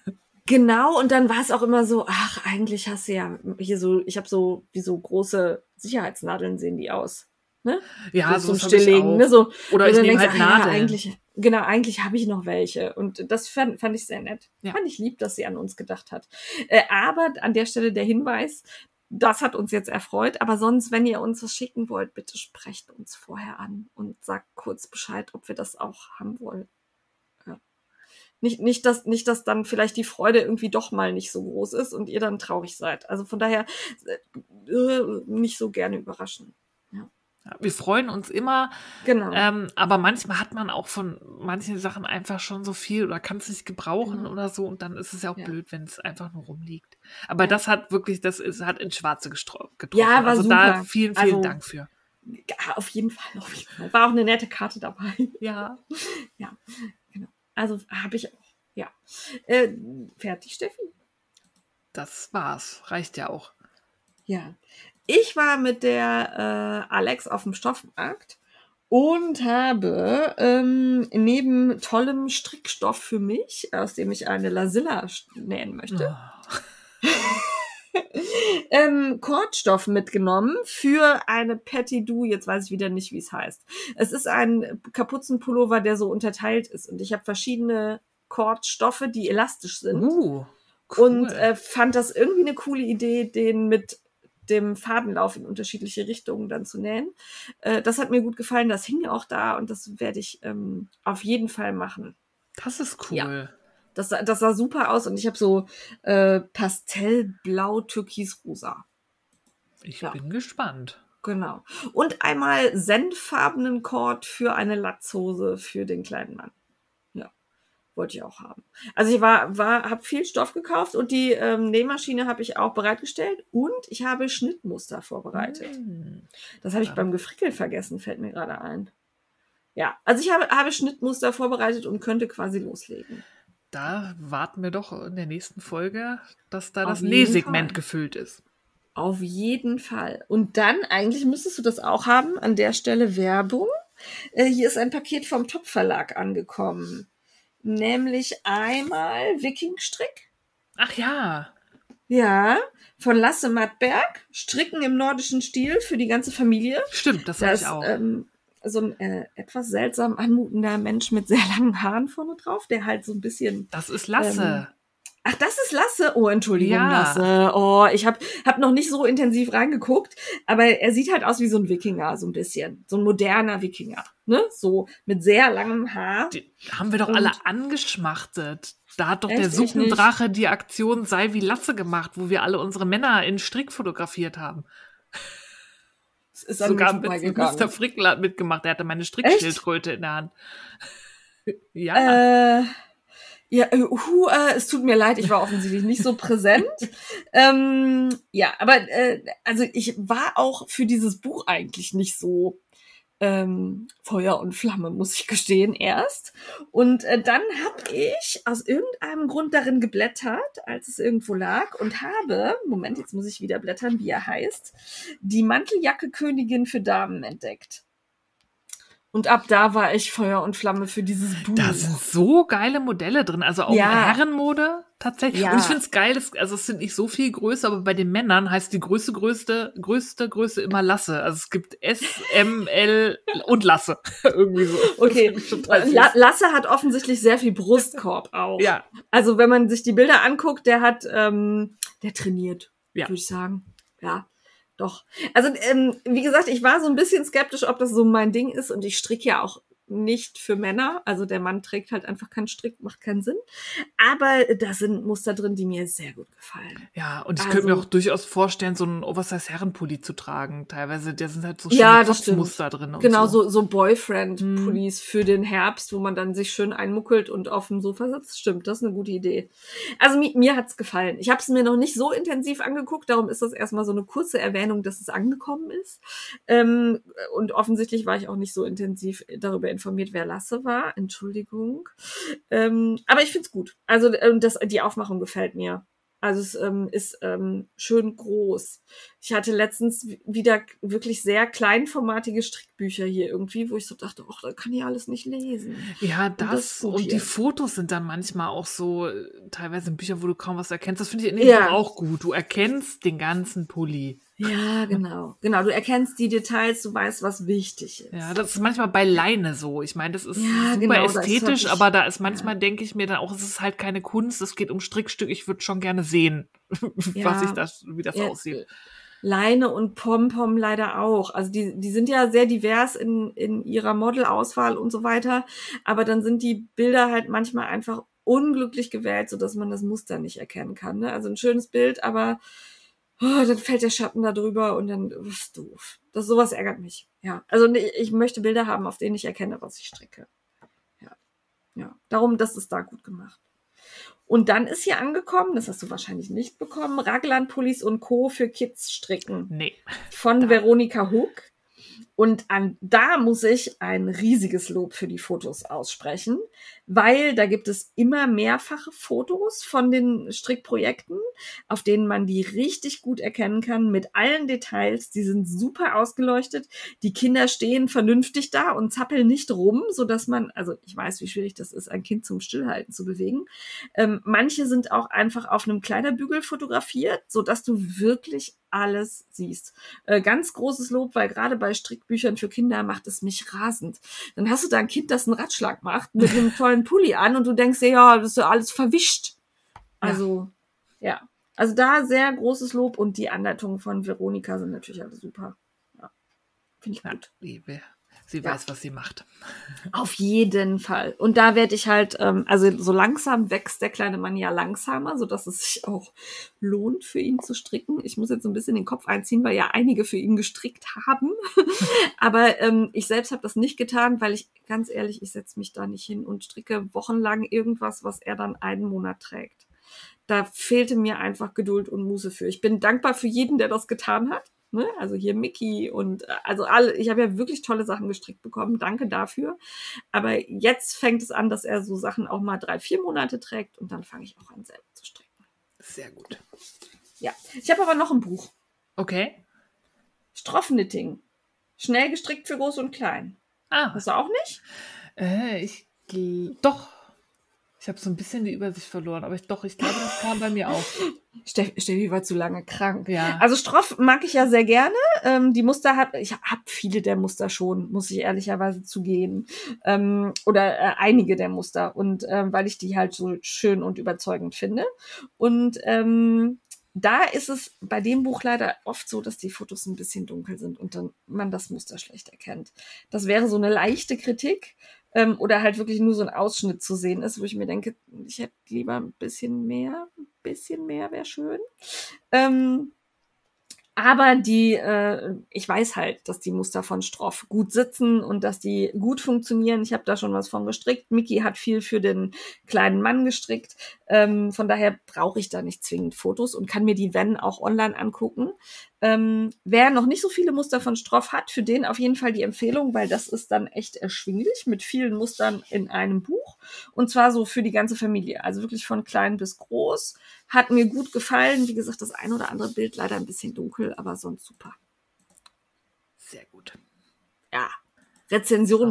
Genau, und dann war es auch immer so, ach, eigentlich hast du ja hier so, ich habe so, wie so große Sicherheitsnadeln sehen die aus. Ne? Ja, so so zum habe ich Stilllegen, auch. ne? So, Oder wo ich du nehme denkst, halt ah, ja, Nadeln. eigentlich, genau, eigentlich habe ich noch welche. Und das fand, fand ich sehr nett. Ja. Fand ich lieb, dass sie an uns gedacht hat. Äh, aber an der Stelle der Hinweis, das hat uns jetzt erfreut. Aber sonst, wenn ihr uns was schicken wollt, bitte sprecht uns vorher an und sagt kurz Bescheid, ob wir das auch haben wollen. Ja. Nicht, nicht, dass, nicht, dass dann vielleicht die Freude irgendwie doch mal nicht so groß ist und ihr dann traurig seid. Also von daher äh, nicht so gerne überraschen. Ja, wir freuen uns immer, Genau. ähm, aber manchmal hat man auch von manchen Sachen einfach schon so viel oder kann es nicht gebrauchen Genau. oder so und dann ist es ja auch Ja. blöd, wenn es einfach nur rumliegt. Aber Ja. das hat wirklich, das ist, hat ins Schwarze gestro- getroffen. Ja, war also da super. vielen, vielen Also, Dank für. Ja, auf jeden Fall, auf jeden Fall. War auch eine nette Karte dabei. Ja. Ja, genau. Also habe ich auch, ja. Äh, fertig, Steffi? Das war's. Reicht ja auch. Ja. Ich war mit der äh, Alex auf dem Stoffmarkt und habe ähm, neben tollem Strickstoff für mich, aus dem ich eine Lasilla nähen möchte, Oh. ähm, Kordstoff mitgenommen für eine Petit Du. Jetzt weiß ich wieder nicht, wie es heißt. Es ist ein Kapuzenpullover, der so unterteilt ist. Und ich habe verschiedene Kordstoffe, die elastisch sind. Uh, cool. Und äh, fand das irgendwie eine coole Idee, den mit dem Fadenlauf in unterschiedliche Richtungen dann zu nähen. Äh, das hat mir gut gefallen. Das hing auch da und das werde ich ähm, auf jeden Fall machen. Das ist cool. Ja. Das, sah- das sah super aus und ich habe so äh, Pastellblau, Türkisrosa. Ich Ja. bin gespannt. Genau. Und einmal senffarbenen Kord für eine Latzhose für den kleinen Mann. Ja, wollte ich auch haben. Also ich war, war, habe viel Stoff gekauft und die ähm, Nähmaschine habe ich auch bereitgestellt und ich habe Schnittmuster vorbereitet. Hm. Das habe ich Ja. beim Gefrickel vergessen, fällt mir gerade ein. Ja, also ich habe, habe Schnittmuster vorbereitet und könnte quasi loslegen. Da warten wir doch in der nächsten Folge, dass da Auf das jeden Nähsegment Fall. gefüllt ist. Auf jeden Fall. Und dann, eigentlich müsstest du das auch haben, an der Stelle Werbung. Äh, hier ist ein Paket vom Top Verlag angekommen. Nämlich einmal Wikingstrick. Ach ja. Ja, von Lasse Mattberg. Stricken im nordischen Stil für die ganze Familie. Stimmt, das Da habe ist ich auch. ähm, so ein äh, etwas seltsam anmutender Mensch mit sehr langen Haaren vorne drauf, der halt so ein bisschen... Das ist Lasse. Ach, das ist Lasse? Oh, Entschuldigung, Ja. Lasse. Oh, ich habe hab noch nicht so intensiv reingeguckt, aber er sieht halt aus wie so ein Wikinger, so ein bisschen. So ein moderner Wikinger, ne? So mit sehr langem Haar. Die haben wir doch Und- alle angeschmachtet. Da hat doch Echt? der Ich nicht. Suppendrache die Aktion Sei wie Lasse gemacht, wo wir alle unsere Männer in Strick fotografiert haben. Es ist an Sogar mir mit vorbeigegangen. Mister Frickel hat mitgemacht. Der hatte meine Strickschildkröte in der Hand. Ja. Äh, ja, äh, hu, äh, es tut mir leid, ich war offensichtlich nicht so präsent. ähm, ja, aber äh, also ich war auch für dieses Buch eigentlich nicht so ähm, Feuer und Flamme, muss ich gestehen, erst. Und äh, dann habe ich aus irgendeinem Grund darin geblättert, als es irgendwo lag und habe, Moment, jetzt muss ich wieder blättern, wie er heißt, die Manteljacke Königin für Damen entdeckt. Und ab da war ich Feuer und Flamme für dieses Buch. Da sind so geile Modelle drin, also auch Ja. Herrenmode tatsächlich. Ja. Und ich finde es geil, es- also es sind nicht so viel Größe, aber bei den Männern heißt die Größe, größte, größte Größe immer Lasse. Also es gibt S, M, L und Lasse. Irgendwie so. Okay, Das find ich total süß. La Lasse hat offensichtlich sehr viel Brustkorb auch. Ja, Also wenn man sich die Bilder anguckt, der hat, ähm, der trainiert, Ja. würde ich sagen. Ja, doch. Also ähm, wie gesagt, ich war so ein bisschen skeptisch, ob das so mein Ding ist und ich stricke ja auch nicht für Männer. Also der Mann trägt halt einfach keinen Strick, macht keinen Sinn. Aber da sind Muster drin, die mir sehr gut gefallen. ja, und ich Also- könnte mir auch durchaus vorstellen, so einen Oversize-Herrenpulli zu tragen. Teilweise, da sind halt so schöne Ja, das stimmt. Kopfmuster drin. Und Genau, so. so, so Boyfriend-Pullis für den Herbst, wo man dann sich schön einmuckelt und auf dem Sofa sitzt. Stimmt, das ist eine gute Idee. Also mi mir hat's gefallen. Ich habe es mir noch nicht so intensiv angeguckt, darum ist das erstmal so eine kurze Erwähnung, dass es angekommen ist. Ähm, und offensichtlich war ich auch nicht so intensiv darüber informiert, wer Lasse war. Entschuldigung. Ähm, aber ich find's gut. Also ähm, das, die Aufmachung gefällt mir. Also es ähm, ist ähm, schön groß. Ich hatte letztens w- wieder wirklich sehr kleinformatige Strickbücher hier irgendwie, wo ich so dachte, ach, da kann ich alles nicht lesen. Ja, das das ist gut und hier. die Fotos sind dann manchmal auch so, äh, teilweise in Büchern, wo du kaum was erkennst. Das finde ich in dem Ja. Buch auch gut. Du erkennst den ganzen Pulli. Ja, genau. Genau, du erkennst die Details, du weißt, was wichtig ist. Ja, das ist manchmal bei Leine so. Ich meine, das ist Ja, super genau, da ist ästhetisch, wirklich- aber da ist manchmal, denke ich mir dann auch, es ist halt keine Kunst, es geht um Strickstück. Ich würde schon gerne sehen, Ja. was ich das, wie das Ja, aussieht. Leine und Pompom leider auch. Also die, die sind ja sehr divers in, in ihrer Modelauswahl und so weiter. Aber dann sind die Bilder halt manchmal einfach unglücklich gewählt, sodass man das Muster nicht erkennen kann. Ne? Also ein schönes Bild, aber oh, dann fällt der Schatten da drüber und dann das ist doof. Das sowas ärgert mich. Ja, also ne, ich möchte Bilder haben, auf denen ich erkenne, was ich stricke. Ja, ja. Darum, das ist da gut gemacht. Und dann ist hier angekommen, das hast du wahrscheinlich nicht bekommen, Raglan Pullis und Co. für Kids stricken Nee. von Da. Veronika Huck. Und an, da muss ich ein riesiges Lob für die Fotos aussprechen, weil da gibt es immer mehrfache Fotos von den Strickprojekten, auf denen man die richtig gut erkennen kann, mit allen Details. Die sind super ausgeleuchtet. Die Kinder stehen vernünftig da und zappeln nicht rum, sodass man, also ich weiß, wie schwierig das ist, ein Kind zum Stillhalten zu bewegen. Ähm, manche sind auch einfach auf einem Kleiderbügel fotografiert, sodass du wirklich alles siehst. Äh, ganz großes Lob, weil gerade bei Strickbüchern für Kinder macht es mich rasend. Dann hast du da ein Kind, das einen Ratschlag macht mit einem tollen Pulli an und du denkst dir, ja, das ist ja alles verwischt. Also, ja. ja. Also da sehr großes Lob und die Anleitungen von Veronika sind natürlich alle super. Ja. Finde ich gut. Liebe. Sie Ja. weiß, was sie macht. Auf jeden Fall. Und da werde ich halt, ähm, also so langsam wächst der kleine Mann ja langsamer, sodass es sich auch lohnt, für ihn zu stricken. Ich muss jetzt so ein bisschen den Kopf einziehen, weil ja einige für ihn gestrickt haben. Aber ähm, ich selbst habe das nicht getan, weil ich, ganz ehrlich, ich setze mich da nicht hin und stricke wochenlang irgendwas, was er dann einen Monat trägt. Da fehlte mir einfach Geduld und Muße für. Ich bin dankbar für jeden, der das getan hat. Ne? Also hier Mickey und äh, also alle, ich habe ja wirklich tolle Sachen gestrickt bekommen. Danke dafür. Aber jetzt fängt es an, dass er so Sachen auch mal drei, vier Monate trägt und dann fange ich auch an, selber zu stricken. Sehr gut. Ja. Ich habe aber noch ein Buch. Okay. Stroffknitting. Schnell gestrickt für Groß und Klein. Ah, Hast du auch nicht? äh, ich gl- doch. Ich habe so ein bisschen die Übersicht verloren, aber ich, doch, ich glaube, das kam bei mir auch. Steffi, Steffi war zu lange krank. Ja. Also Stroff mag ich ja sehr gerne. Ähm, die Muster hat, ich habe viele der Muster schon, muss ich ehrlicherweise zugeben. Ähm, oder äh, einige der Muster. Und ähm, weil ich die halt so schön und überzeugend finde. Und ähm, da ist es bei dem Buch leider oft so, dass die Fotos ein bisschen dunkel sind und dann man das Muster schlecht erkennt. Das wäre so eine leichte Kritik. Ähm, oder halt wirklich nur so ein Ausschnitt zu sehen ist, wo ich mir denke, ich hätte lieber ein bisschen mehr, ein bisschen mehr wäre schön. Ähm, aber die, äh, ich weiß halt, dass die Muster von Stroff gut sitzen und dass die gut funktionieren. Ich habe da schon was von gestrickt. Miki hat viel für den kleinen Mann gestrickt. Ähm, von daher brauche ich da nicht zwingend Fotos und kann mir die, wenn, auch online angucken. Ähm, wer noch nicht so viele Muster von Stroff hat, für den auf jeden Fall die Empfehlung, weil das ist dann echt erschwinglich mit vielen Mustern in einem Buch. Und zwar so für die ganze Familie. Also wirklich von klein bis groß. Hat mir gut gefallen. Wie gesagt, das ein oder andere Bild leider ein bisschen dunkel, aber sonst super. Sehr gut. Ja. Rezension So.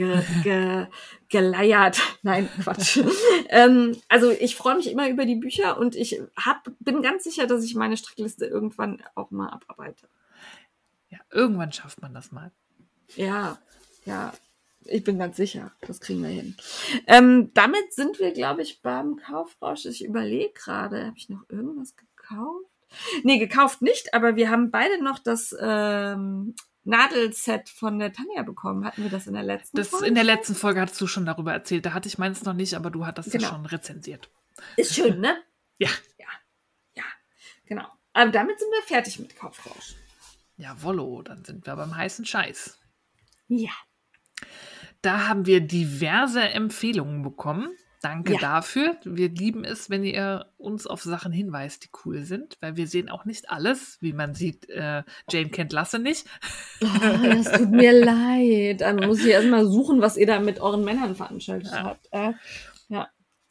runtergeleiert. Nein, Quatsch. ähm, also ich freue mich immer über die Bücher und ich hab, bin ganz sicher, dass ich meine Strickliste irgendwann auch mal abarbeite. Ja, irgendwann schafft man das mal. Ja, ja. Ich bin ganz sicher, das kriegen wir hin. Ähm, damit sind wir, glaube ich, beim Kaufrausch. Ich überlege gerade, habe ich noch irgendwas gekauft? Nee, gekauft nicht, aber wir haben beide noch das ähm, Nadelset von der Tanja bekommen. Hatten wir das in der letzten Das Folge? in der letzten Folge hattest du schon darüber erzählt. Da hatte ich meins noch nicht, aber du hattest Genau. es schon rezensiert. Ist schön, ne? Ja. Ja, ja, genau. Aber damit sind wir fertig mit Kaufrausch. Jawollo, dann sind wir beim heißen Scheiß. Ja. Da haben wir diverse Empfehlungen bekommen. Danke Ja. dafür. Wir lieben es, wenn ihr uns auf Sachen hinweist, die cool sind, weil wir sehen auch nicht alles. Wie man sieht, äh, Jane kennt Lasse nicht. Oh, das tut mir leid. Dann muss ich erstmal suchen, was ihr da mit euren Männern veranstaltet Ja. habt. Äh, ja.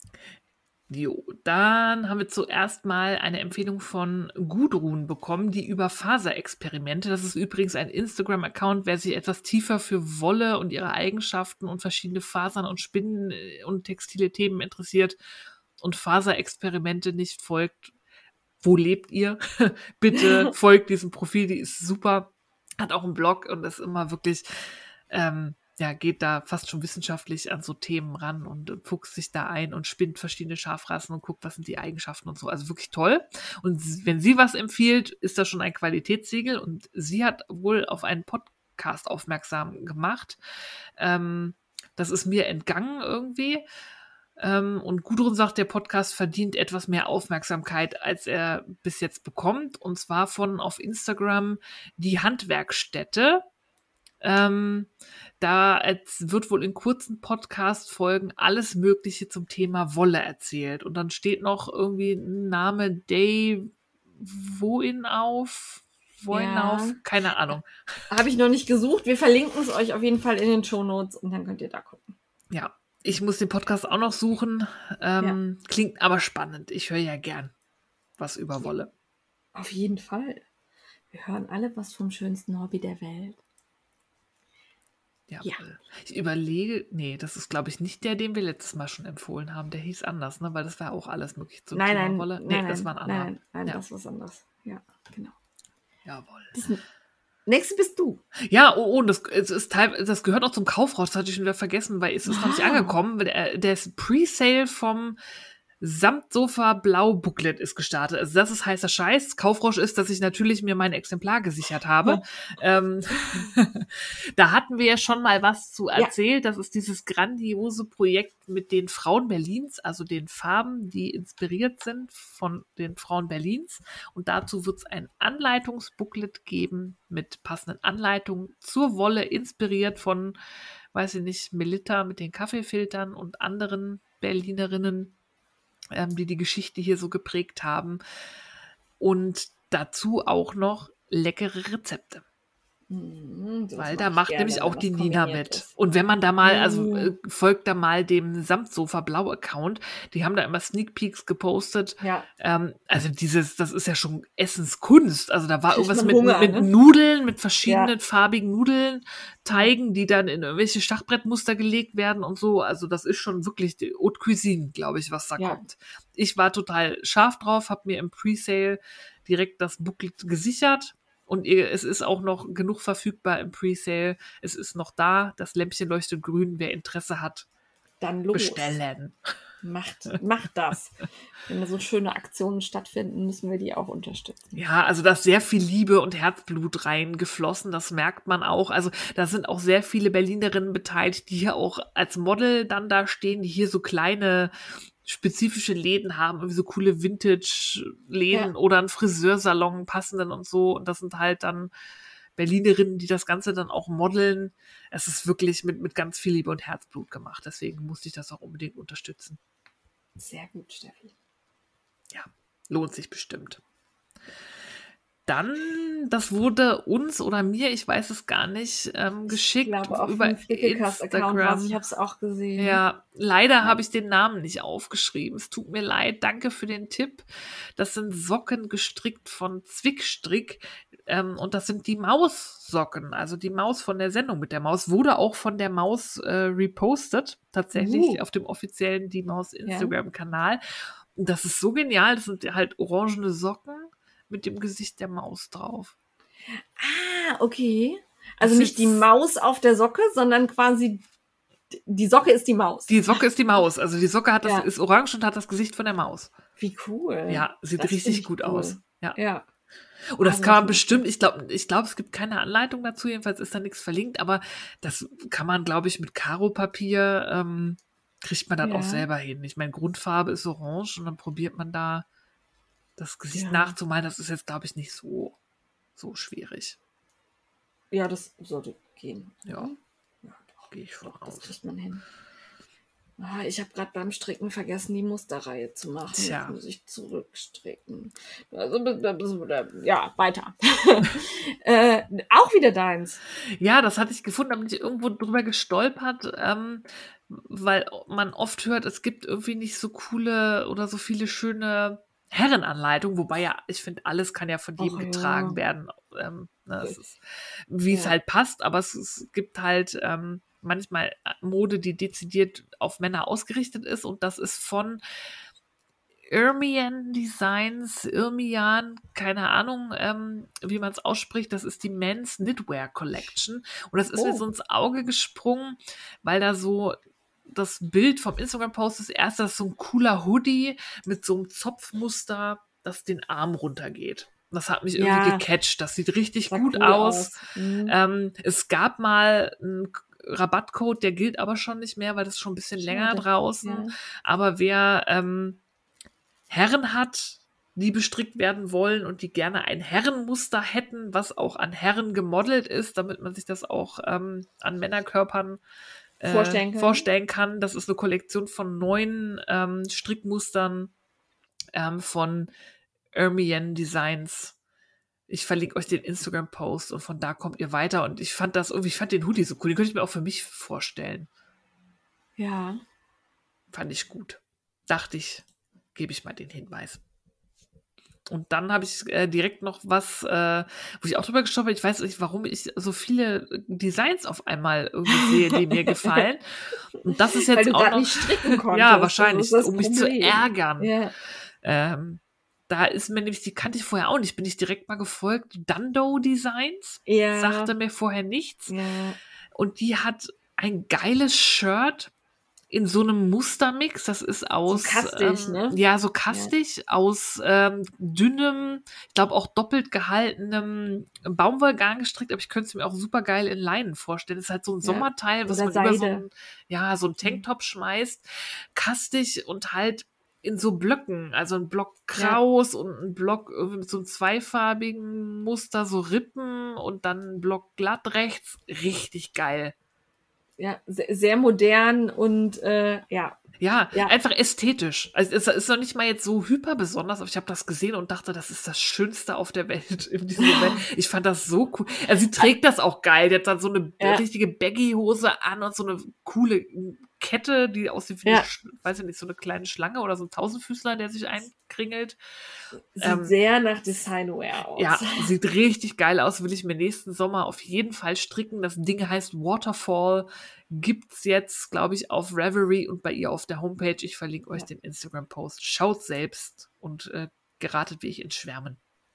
Jo, dann haben wir zuerst mal eine Empfehlung von Gudrun bekommen, die über Faserexperimente, das ist übrigens ein Instagram-Account, wer sich etwas tiefer für Wolle und ihre Eigenschaften und verschiedene Fasern und Spinnen und textile Themen interessiert und Faserexperimente nicht folgt, wo lebt ihr? Bitte folgt diesem Profil, die ist super, hat auch einen Blog und ist immer wirklich, ähm, ja, geht da fast schon wissenschaftlich an so Themen ran und, und fuchst sich da ein und spinnt verschiedene Schafrassen und guckt, was sind die Eigenschaften und so. Also wirklich toll. Und s- wenn sie was empfiehlt, ist das schon ein Qualitätssiegel. Und sie hat wohl auf einen Podcast aufmerksam gemacht. Ähm, das ist mir entgangen irgendwie. Ähm, und Gudrun sagt, der Podcast verdient etwas mehr Aufmerksamkeit, als er bis jetzt bekommt. Und zwar von auf Instagram die Handwerkstätte. Ähm, da es wird wohl in kurzen Podcast-Folgen alles Mögliche zum Thema Wolle erzählt. Und dann steht noch irgendwie ein Name Dave Wohin auf. Wollnauf, Ja. keine Ahnung. Habe ich noch nicht gesucht. Wir verlinken es euch auf jeden Fall in den Shownotes und dann könnt ihr da gucken. Ja, ich muss den Podcast auch noch suchen. Ähm, ja. Klingt aber spannend. Ich höre ja gern was über Wolle. Auf jeden Fall. Wir hören alle was vom schönsten Hobby der Welt. Jawohl. Ja. Ich überlege, nee, das ist, glaube ich, nicht der, den wir letztes Mal schon empfohlen haben. Der hieß anders, ne? Weil das war auch alles möglich zum nein, Thema nein, Wolle. Nee, nein, das war ein anderer. Nein, nein, ja. das war anders. Ja, genau. Jawohl. Das nächste bist du. Ja, oh, oh, das, es ist teil, das gehört auch zum Kaufrausch, das hatte ich schon wieder vergessen, weil es ist noch nicht angekommen. Der, der ist Presale vom Samtsofa Blau Booklet ist gestartet. Also das ist heißer Scheiß. Kaufrausch ist, dass ich natürlich mir mein Exemplar gesichert habe. ähm, da hatten wir ja schon mal was zu erzählt. Ja. Das ist dieses grandiose Projekt mit den Frauen Berlins, also den Farben, die inspiriert sind von den Frauen Berlins. Und dazu wird es ein Anleitungsbooklet geben mit passenden Anleitungen zur Wolle, inspiriert von, weiß ich nicht, Melitta mit den Kaffeefiltern und anderen Berlinerinnen, die die Geschichte hier so geprägt haben. Und dazu auch noch leckere Rezepte. Das Weil da macht gerne, nämlich auch die Nina mit. Ist. Und wenn man da mal, also äh, folgt da mal dem Samtsofa Blau Account, die haben da immer Sneak Peeks gepostet. Ja. Ähm, also dieses, das ist ja schon Essenskunst. Also da war Kriegt irgendwas mit, Hunger, mit ne? Nudeln, mit verschiedenen ja. farbigen Nudeln, Teigen, die dann in irgendwelche Schachbrettmuster gelegt werden und so. Also das ist schon wirklich die Haute Cuisine, glaube ich, was da ja. kommt. Ich war total scharf drauf, habe mir im Presale direkt das Booklet gesichert. Und es ist auch noch genug verfügbar im Presale. Es ist noch da. Das Lämpchen leuchtet grün. Wer Interesse hat, dann los. Bestellen. Macht, macht das. Wenn da so schöne Aktionen stattfinden, müssen wir die auch unterstützen. Ja, also da ist sehr viel Liebe und Herzblut reingeflossen. Das merkt man auch. Also da sind auch sehr viele Berlinerinnen beteiligt, die hier auch als Model dann da stehen, die hier so kleine spezifische Läden haben, irgendwie so coole Vintage-Läden ja. oder einen Friseursalon, einen passenden und so. Und das sind halt dann Berlinerinnen, die das Ganze dann auch modeln. Es ist wirklich mit, mit ganz viel Liebe und Herzblut gemacht. Deswegen musste ich das auch unbedingt unterstützen. Sehr gut, Steffi. Ja, lohnt sich bestimmt. Dann, das wurde uns oder mir, ich weiß es gar nicht, ähm, geschickt ich glaube, auf über Instagram. Ich habe es auch gesehen. Ja, leider ja. habe ich den Namen nicht aufgeschrieben. Es tut mir leid. Danke für den Tipp. Das sind Socken gestrickt von Zwickstrick ähm, und das sind die Maussocken, also die Maus von der Sendung mit der Maus. Wurde auch von der Maus äh, repostet, tatsächlich uh. auf dem offiziellen Die Maus Instagram-Kanal. Und das ist so genial. Das sind halt orangene Socken mit dem Gesicht der Maus drauf. Ah, okay. Also nicht die Maus auf der Socke, sondern quasi die Socke ist die Maus. Die Socke ist die Maus. Also die Socke hat das, ja. ist orange und hat das Gesicht von der Maus. Wie cool. Ja, sieht das richtig gut cool. aus. Ja. ja. Und das also kann man bestimmt, ich glaube, ich glaube, es gibt keine Anleitung dazu, jedenfalls ist da nichts verlinkt, aber das kann man, glaube ich, mit Karo-Papier ähm, kriegt man dann ja. auch selber hin. Ich meine, Grundfarbe ist orange und dann probiert man da das Gesicht ja. nachzumalen. Das ist jetzt, glaube ich, nicht so, so schwierig. Ja, das sollte gehen. Ja, ja gehe ich von aus. Das kriegt man hin. Ah, ich habe gerade beim Stricken vergessen, die Musterreihe zu machen. Tja. Jetzt muss ich zurückstricken. Also, ja, weiter. äh, auch wieder deins. Ja, das hatte ich gefunden, da bin ich irgendwo drüber gestolpert, ähm, weil man oft hört, es gibt irgendwie nicht so coole oder so viele schöne Herrenanleitung, wobei ja, ich finde, alles kann ja von jedem Och, getragen ja. werden, ähm, ne, es ist, wie es ja. halt passt, aber es, es gibt halt ähm, manchmal Mode, die dezidiert auf Männer ausgerichtet ist und das ist von Irmian Designs, Irmian, keine Ahnung, ähm, wie man es ausspricht, das ist die Men's Knitwear Collection und das ist Oh. mir so ins Auge gesprungen, weil da so das Bild vom Instagram-Post ist erst, das ist so ein cooler Hoodie mit so einem Zopfmuster, das den Arm runtergeht. Das hat mich Ja. irgendwie gecatcht. Das sieht richtig Sah gut cool aus. aus. Mhm. Ähm, es gab mal einen Rabattcode, der gilt aber schon nicht mehr, weil das ist schon ein bisschen länger Schade. draußen. Ja. Aber wer ähm, Herren hat, die bestrickt werden wollen und die gerne ein Herrenmuster hätten, was auch an Herren gemodelt ist, damit man sich das auch ähm, an Männerkörpern äh, Vorstellen kann. vorstellen kann. Das ist eine Kollektion von neun ähm, Strickmustern ähm, von Irmian Designs. Ich verlinke euch den Instagram-Post und von da kommt ihr weiter. Und ich fand das irgendwie, ich fand den Hoodie so cool. Den könnte ich mir auch für mich vorstellen. Ja. Fand ich gut. Dachte ich, gebe ich mal den Hinweis. Und dann habe ich äh, direkt noch was, äh, wo ich auch drüber gestolpert bin. Ich weiß nicht, warum ich so viele Designs auf einmal irgendwie sehe, die mir gefallen. Und das ist jetzt Weil du auch grad noch, nicht stricken konntest. ja, wahrscheinlich, das ist das um mich zu Problem. ärgern. Ja. Ähm, da ist mir nämlich, die kannte ich vorher auch nicht, bin ich direkt mal gefolgt. Dundo Designs, Ja. sagte mir vorher nichts. Ja. Und die hat ein geiles Shirt in so einem Mustermix, das ist aus, So kastig, ähm, ne? ja, so kastig, aus ähm, dünnem, ich glaube auch doppelt gehaltenem Baumwollgarn gestrickt, aber ich könnte es mir auch super geil in Leinen vorstellen. Das ist halt so ein Ja. Sommerteil, was Oder man über so Seide. ein, ja, so ein Tanktop schmeißt, kastig und halt in so Blöcken, also ein Block kraus und ein Block irgendwie mit so einem zweifarbigen Muster, so Rippen und dann ein Block glatt rechts. Richtig geil. Ja, sehr, sehr modern und äh, ja. Ja, Ja. einfach ästhetisch. Also es ist noch nicht mal jetzt so hyper besonders, aber ich habe das gesehen und dachte, das ist das Schönste auf der Welt in diesem Moment. Ich fand das so cool. Also sie trägt das auch geil. Die hat dann so eine Ja. richtige Baggy-Hose an und so eine coole Kette, die aussieht wie Ja. eine, Sch- weiß ich nicht, so eine kleine Schlange oder so ein Tausendfüßler, der sich einkringelt. Sieht Ähm, sehr nach Designwear aus. Ja, sieht richtig geil aus. Will ich mir nächsten Sommer auf jeden Fall stricken. Das Ding heißt Waterfall. Gibt's jetzt, glaube ich, auf Ravelry und bei ihr auf der Homepage. Ich verlinke euch Ja. den Instagram-Post. Schaut selbst und äh, geratet wie ich ins Schwärmen.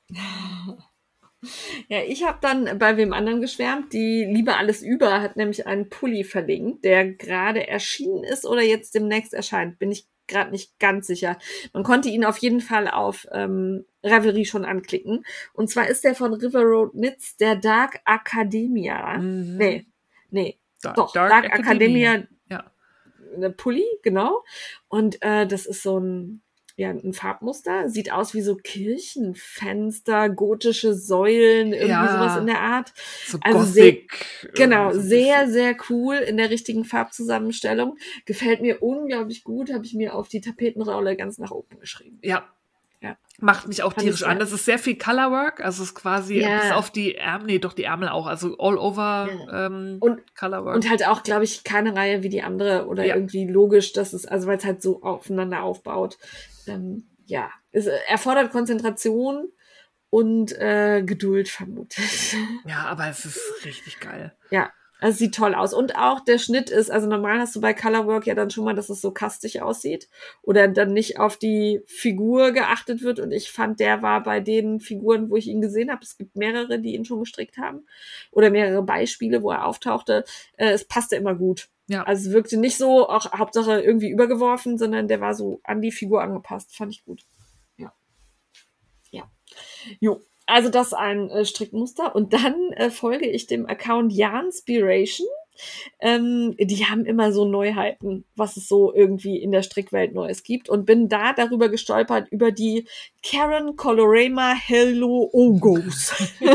Ja, ich habe dann bei wem anderen geschwärmt. Die Liebe alles über hat nämlich einen Pulli verlinkt, der gerade erschienen ist oder jetzt demnächst erscheint. Bin ich gerade nicht ganz sicher. Man konnte ihn auf jeden Fall auf ähm, Ravelry schon anklicken. Und zwar ist der von River Road Knits, der Dark Academia. Mhm. Nee, nee, Da- doch, Dark, Academia, Ja. eine Pulli, genau. Und äh, das ist so ein, ja, ein Farbmuster. Sieht aus wie so Kirchenfenster, gotische Säulen, irgendwie Ja. sowas in der Art. So Also Gothic. Genau, irgendwie so ein sehr, bisschen. sehr cool in der richtigen Farbzusammenstellung. Gefällt mir unglaublich gut, habe ich mir auf die Tapetenrolle ganz nach oben geschrieben. Ja. Ja. Macht mich auch Fand tierisch ich an. sehr- Das ist sehr viel Colorwork, also es ist quasi Ja. bis auf die Ärmel, nee, doch die Ärmel auch, also all over Ja. ähm, Und- Colorwork. Und halt auch, glaube ich, keine Reihe wie die andere oder Ja. irgendwie logisch, dass es, also weil es halt so aufeinander aufbaut. Ähm, ja, es erfordert Konzentration und äh, Geduld, vermutlich. Ja, aber es ist richtig geil. Ja, also sieht toll aus. Und auch der Schnitt ist, also normal hast du bei Colorwork ja dann schon mal, dass es so kastig aussieht oder dann nicht auf die Figur geachtet wird. Und ich fand, der war bei den Figuren, wo ich ihn gesehen habe, es gibt mehrere, die ihn schon gestrickt haben oder mehrere Beispiele, wo er auftauchte, äh, es passte immer gut. Ja. Also es wirkte nicht so, auch Hauptsache irgendwie übergeworfen, sondern der war so an die Figur angepasst. Fand ich gut. Ja. Ja. Jo. Also das ein äh, Strickmuster. Und dann äh, folge ich dem Account Yarnspiration. Ähm, die haben immer so Neuheiten, was es so irgendwie in der Strickwelt Neues gibt. Und bin da darüber gestolpert, über die Karen Colorama Hello Ogos.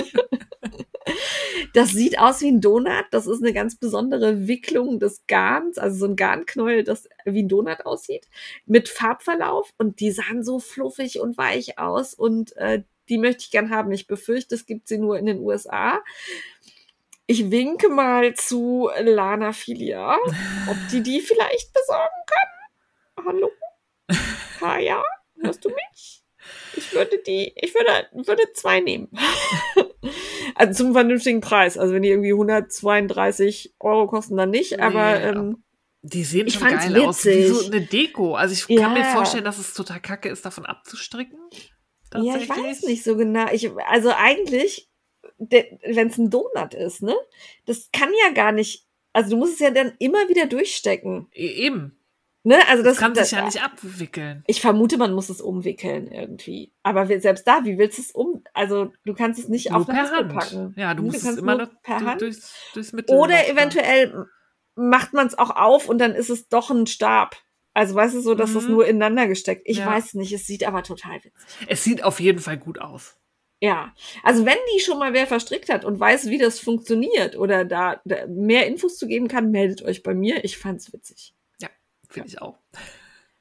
Das sieht aus wie ein Donut. Das ist eine ganz besondere Wicklung des Garns, also so ein Garnknäuel, das wie ein Donut aussieht, mit Farbverlauf. Und die sahen so fluffig und weich aus. Und äh, die möchte ich gern haben. Ich befürchte, es gibt sie nur in den U S A. Ich winke mal zu Lana Filia, ob die die vielleicht besorgen kann. Hallo? Kaya, hörst du mich? Ich würde die, ich würde, würde zwei nehmen. Also zum vernünftigen Preis. Also wenn die irgendwie hundertzweiunddreißig Euro kosten, dann nicht. Nee, aber ja. ähm, Die sehen Ich schon fand's geil aus, wie witzig. so eine Deko. Also ich Ja. kann mir vorstellen, dass es total kacke ist, davon abzustricken. ja, ich Tatsächlich. weiß nicht so genau. Ich, also eigentlich, wenn es ein Donut ist, ne, das kann ja gar nicht. Also du musst es ja dann immer wieder durchstecken. E- Eben. Ne? Also Das, das, kann das sich ja nicht abwickeln. Ich vermute, man muss es umwickeln irgendwie. Aber wir- selbst da, wie willst du es um? Also du kannst es nicht Nur auf eine per Haspel Hand. packen. Ja, du Ne, musst es kannst immer nur da- per du- Hand. durchs, durchs Mittel. Oder noch, eventuell macht man es auch auf und dann ist es doch ein Stab. Also weißt du so, dass es Mhm. nur ineinander gesteckt. Ich Ja. weiß nicht, es sieht aber total witzig. Es sieht auf jeden Fall gut aus. Ja, also wenn die schon mal wer verstrickt hat und weiß, wie das funktioniert oder da, da mehr Infos zu geben kann, meldet euch bei mir. Ich fand's witzig. Finde ich auch.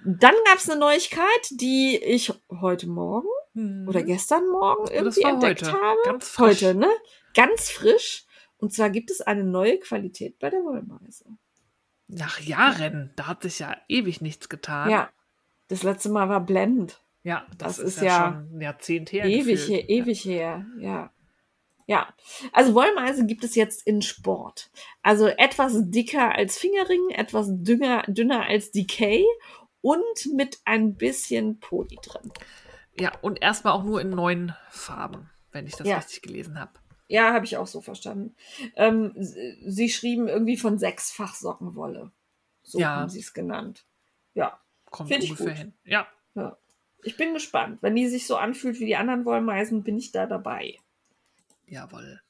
Dann gab es eine Neuigkeit, die ich heute Morgen Mhm. oder gestern Morgen das irgendwie war entdeckt heute. habe. Ganz frisch. Heute, ne? Ganz frisch. Und zwar gibt es eine neue Qualität bei der Wollmeise. Nach Jahren, da hat sich ja ewig nichts getan. Ja, das letzte Mal war Blend. Ja, das, Das ist, ist ja, ja schon ein Jahrzehnt her. Ewig, gefühlt. her, ewig her, ja. Ja, also Wollmeise gibt es jetzt in Sport. Also etwas dicker als Fingerring, etwas dünner, dünner als Decay und mit ein bisschen Poly drin. Ja, und erstmal auch nur in neun Farben, wenn ich das Ja. richtig gelesen habe. Ja, habe ich auch so verstanden. Ähm, sie, sie schrieben irgendwie von sechsfach Sockenwolle. So Ja. haben sie es genannt. Ja, Kommt Find ich ungefähr gut. hin. Ja, ja. Ich bin gespannt. Wenn die sich so anfühlt wie die anderen Wollmeisen, bin ich da dabei. jawohl.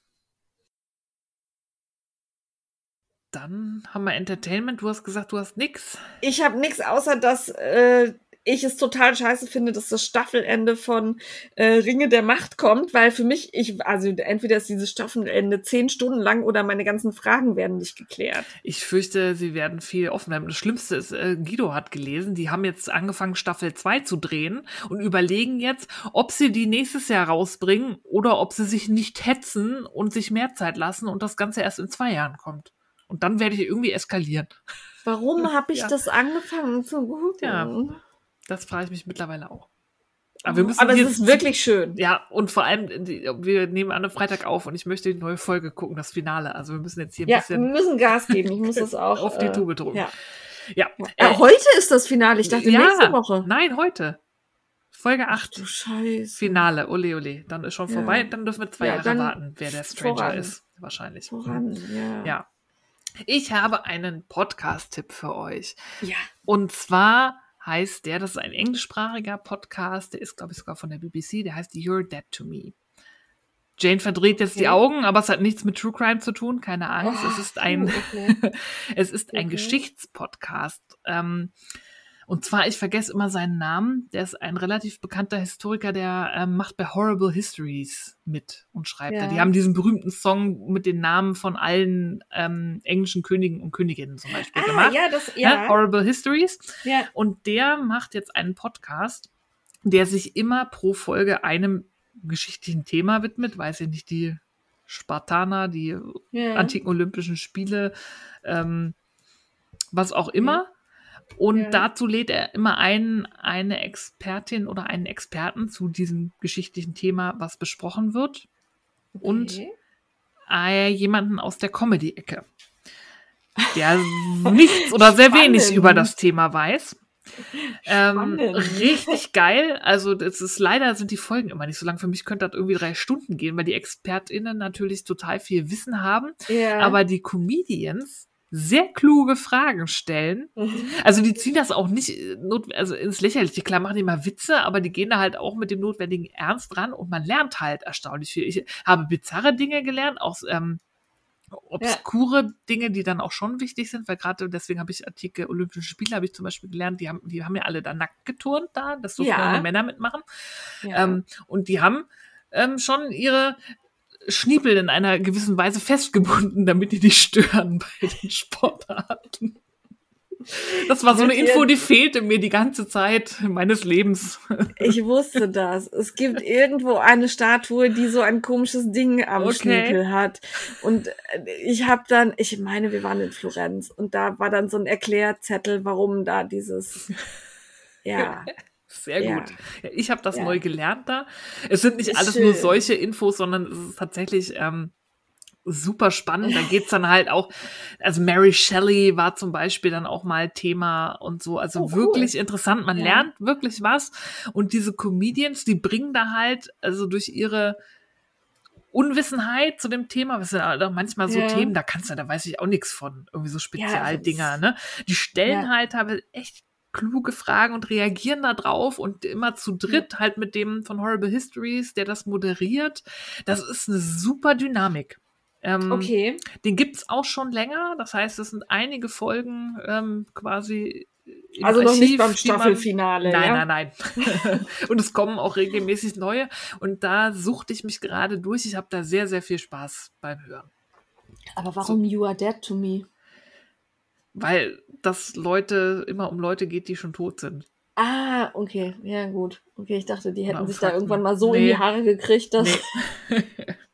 Dann haben wir Entertainment. Du hast gesagt, du hast nix. Ich habe nichts, außer dass äh, ich es total scheiße finde, dass das Staffelende von äh, Ringe der Macht kommt, weil für mich, ich, also entweder ist dieses Staffelende zehn Stunden lang oder meine ganzen Fragen werden nicht geklärt. Ich fürchte, sie werden viel offen bleiben. Das Schlimmste ist, äh, Guido hat gelesen, die haben jetzt angefangen, Staffel zwei zu drehen und überlegen jetzt, ob sie die nächstes Jahr rausbringen oder ob sie sich nicht hetzen und sich mehr Zeit lassen und das Ganze erst in zwei Jahren kommt. Und dann werde ich irgendwie eskalieren. Warum habe ich Ja. das angefangen zu gucken? Ja. Das frage ich mich mittlerweile auch. Aber wir müssen Aber es hier- ist wirklich schön. Ja, und vor allem, die, wir nehmen an einem Freitag auf und ich möchte die neue Folge gucken, das Finale. Also wir müssen jetzt hier ein Ja, wir bisschen müssen Gas geben. Ich muss das auch auf die äh, Tube drücken. Ja. Ja. Äh, heute ist das Finale. Ich dachte ja, nächste Woche. Nein, heute. Folge acht. Du Scheiße. Finale. Ole, ole. Dann ist schon Ja. vorbei. Dann dürfen wir zwei Ja, Jahre dann warten, wer der Stranger voran. ist. Wahrscheinlich. Voran, ja. Ja. Ich habe einen Podcast-Tipp für euch. Ja. Und zwar heißt der, das ist ein englischsprachiger Podcast, der ist, glaube ich, sogar von der B B C, der heißt You're Dead to Me. Jane verdreht jetzt die Okay. Augen, aber es hat nichts mit True Crime zu tun, keine Angst. Oh, es ist ein, okay. es ist ein Okay. Geschichtspodcast. Ähm, und zwar, ich vergesse immer seinen Namen, der ist ein relativ bekannter Historiker, der ähm, macht bei Horrible Histories mit und schreibt da. Ja. Die haben diesen berühmten Song mit den Namen von allen ähm, englischen Königen und Königinnen zum Beispiel Ah, gemacht. ja, das, Ne? ja. Horrible Histories. ja. Und der macht jetzt einen Podcast, der sich immer pro Folge einem geschichtlichen Thema widmet. Weiß ich nicht, die Spartaner, die ja. antiken Olympischen Spiele, ähm, was auch immer. Und Ja. dazu lädt er immer einen, eine Expertin oder einen Experten zu diesem geschichtlichen Thema, was besprochen wird. Und Okay. äh, jemanden aus der Comedy-Ecke, der nichts oder sehr wenig Spannend. über das Thema weiß. Ähm, Spannend. richtig geil. Also das ist leider sind die Folgen immer nicht so lang. Für mich könnte das irgendwie drei Stunden gehen, weil die ExpertInnen natürlich total viel Wissen haben, Ja. aber die Comedians sehr kluge Fragen stellen. Also die ziehen das auch nicht äh, not also ins Lächerliche. Klar machen die mal Witze, aber die gehen da halt auch mit dem notwendigen Ernst dran und man lernt halt erstaunlich viel. Ich habe bizarre Dinge gelernt, auch ähm, obskure Dinge, die dann auch schon wichtig sind, weil gerade deswegen habe ich antike Olympische Spiele, habe ich zum Beispiel gelernt, die haben, die haben ja alle da nackt geturnt da, das durften Ja. ja nur Männer mitmachen. ja. Ähm, und die haben ähm, schon ihre Schniepel in einer gewissen Weise festgebunden, damit die nicht stören bei den Sportarten. Das war so eine Wird Info, ihr- die fehlte mir die ganze Zeit meines Lebens. Ich wusste das. Es gibt irgendwo eine Statue, die so ein komisches Ding am Okay. Schniepel hat. Und äh, ich habe dann, ich meine, wir waren in Florenz und da war dann so ein Erklärzettel, warum da dieses, ja, Sehr Ja. gut. Ja, ich habe das Ja. neu gelernt da. Es sind nicht Ist alles schön. nur solche Infos, sondern es ist tatsächlich ähm, super spannend. Da geht's dann halt auch, also Mary Shelley war zum Beispiel dann auch mal Thema und so. Also Oh, cool. wirklich interessant. Man Ja. lernt wirklich was. Und diese Comedians, die bringen da halt, also durch ihre Unwissenheit zu dem Thema, was sind halt auch manchmal so Ja. Themen, da kannst du, da weiß ich auch nichts von. Irgendwie so Spezialdinger, das- ne? Die stellen Ja. halt teilweise echt kluge Fragen und reagieren da drauf und immer zu dritt halt mit dem von Horrible Histories, der das moderiert. Das ist eine super Dynamik. Ähm, okay. Den gibt's auch schon länger. Das heißt, es sind einige Folgen ähm, quasi im Also noch nicht Archiv, beim die man- Staffelfinale. Nein, ja? nein, nein. Und es kommen auch regelmäßig neue. Und da suchte ich mich gerade durch. Ich habe da sehr, sehr viel Spaß beim Hören. Aber warum You Are Dead to Me? weil das Leute immer um Leute geht, die schon tot sind. Ah, okay, ja gut. Okay, ich dachte, die hätten Oder sich da irgendwann Fakten. mal so in Nee. die Haare gekriegt, dass... Nee.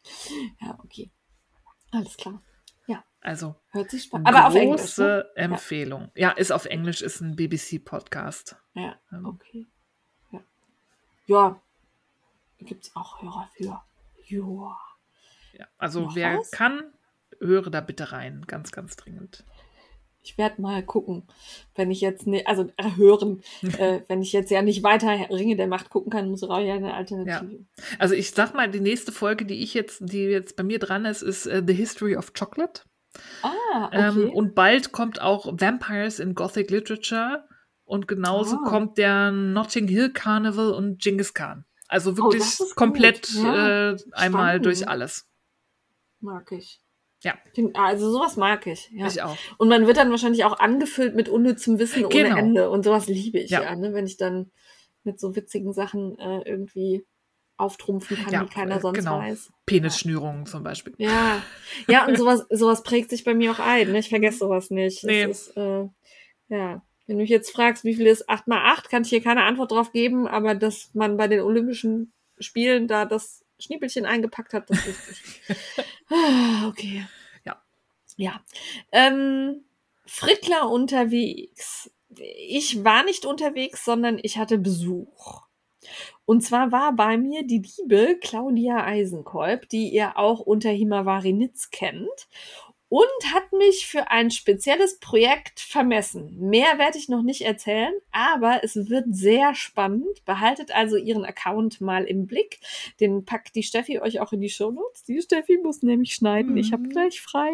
Ja, okay. Alles klar. Also, Hört sich spannend. Aber auf Englisch, ne? große Empfehlung. Ja. ja, ist auf Englisch, ist ein B B C-Podcast. Ja, Ähm, okay. Ja, ja. Gibt's auch Hörer für. Joa. Ja, also Noch wer was? kann, höre da bitte rein. Ganz, ganz dringend. Ich werde mal gucken, wenn ich jetzt ne, also äh, hören, äh, wenn ich jetzt ja nicht weiter Ringe der Macht gucken kann, muss auch ja eine Alternative. Also ich sag mal, die nächste Folge, die ich jetzt, die jetzt bei mir dran ist, ist äh, The History of Chocolate. Ah, okay. Ähm, und bald kommt auch Vampires in Gothic Literature und genauso Ah. kommt der Notting Hill Carnival und Genghis Khan. Also Oh, wirklich das ist komplett gut. Ja, äh, einmal spannend. durch alles. Mag ich. Ja. Find- Also sowas mag ich. Ja. Ich auch. Und man wird dann wahrscheinlich auch angefüllt mit unnützem Wissen ohne Genau. Ende. Und sowas liebe ich ja, Ja. ne? Wenn ich dann mit so witzigen Sachen äh, irgendwie auftrumpfen kann, Ja, die keiner äh, sonst genau. weiß. Penisschnürungen zum Beispiel. Ja, ja, und sowas, sowas prägt sich bei mir auch ein. Ne? Ich vergesse sowas nicht. Nee. Es ist, äh, ja. Wenn du mich jetzt fragst, wie viel ist acht mal acht, kann ich hier keine Antwort drauf geben, aber dass man bei den Olympischen Spielen da das Schniepelchen eingepackt hat, das wusste ich. Ah, okay. Ja. Ja. Ähm, Frickler unterwegs. Ich war nicht unterwegs, sondern ich hatte Besuch. Und zwar war bei mir die liebe Claudia Eisenkolb, die ihr auch unter Himawari-Nitz kennt, und hat mich für ein spezielles Projekt vermessen. Mehr werde ich noch nicht erzählen, aber es wird sehr spannend. Behaltet also ihren Account mal im Blick. Den packt die Steffi euch auch in die Shownotes. Die Steffi muss nämlich schneiden. Ich habe Mhm. gleich frei.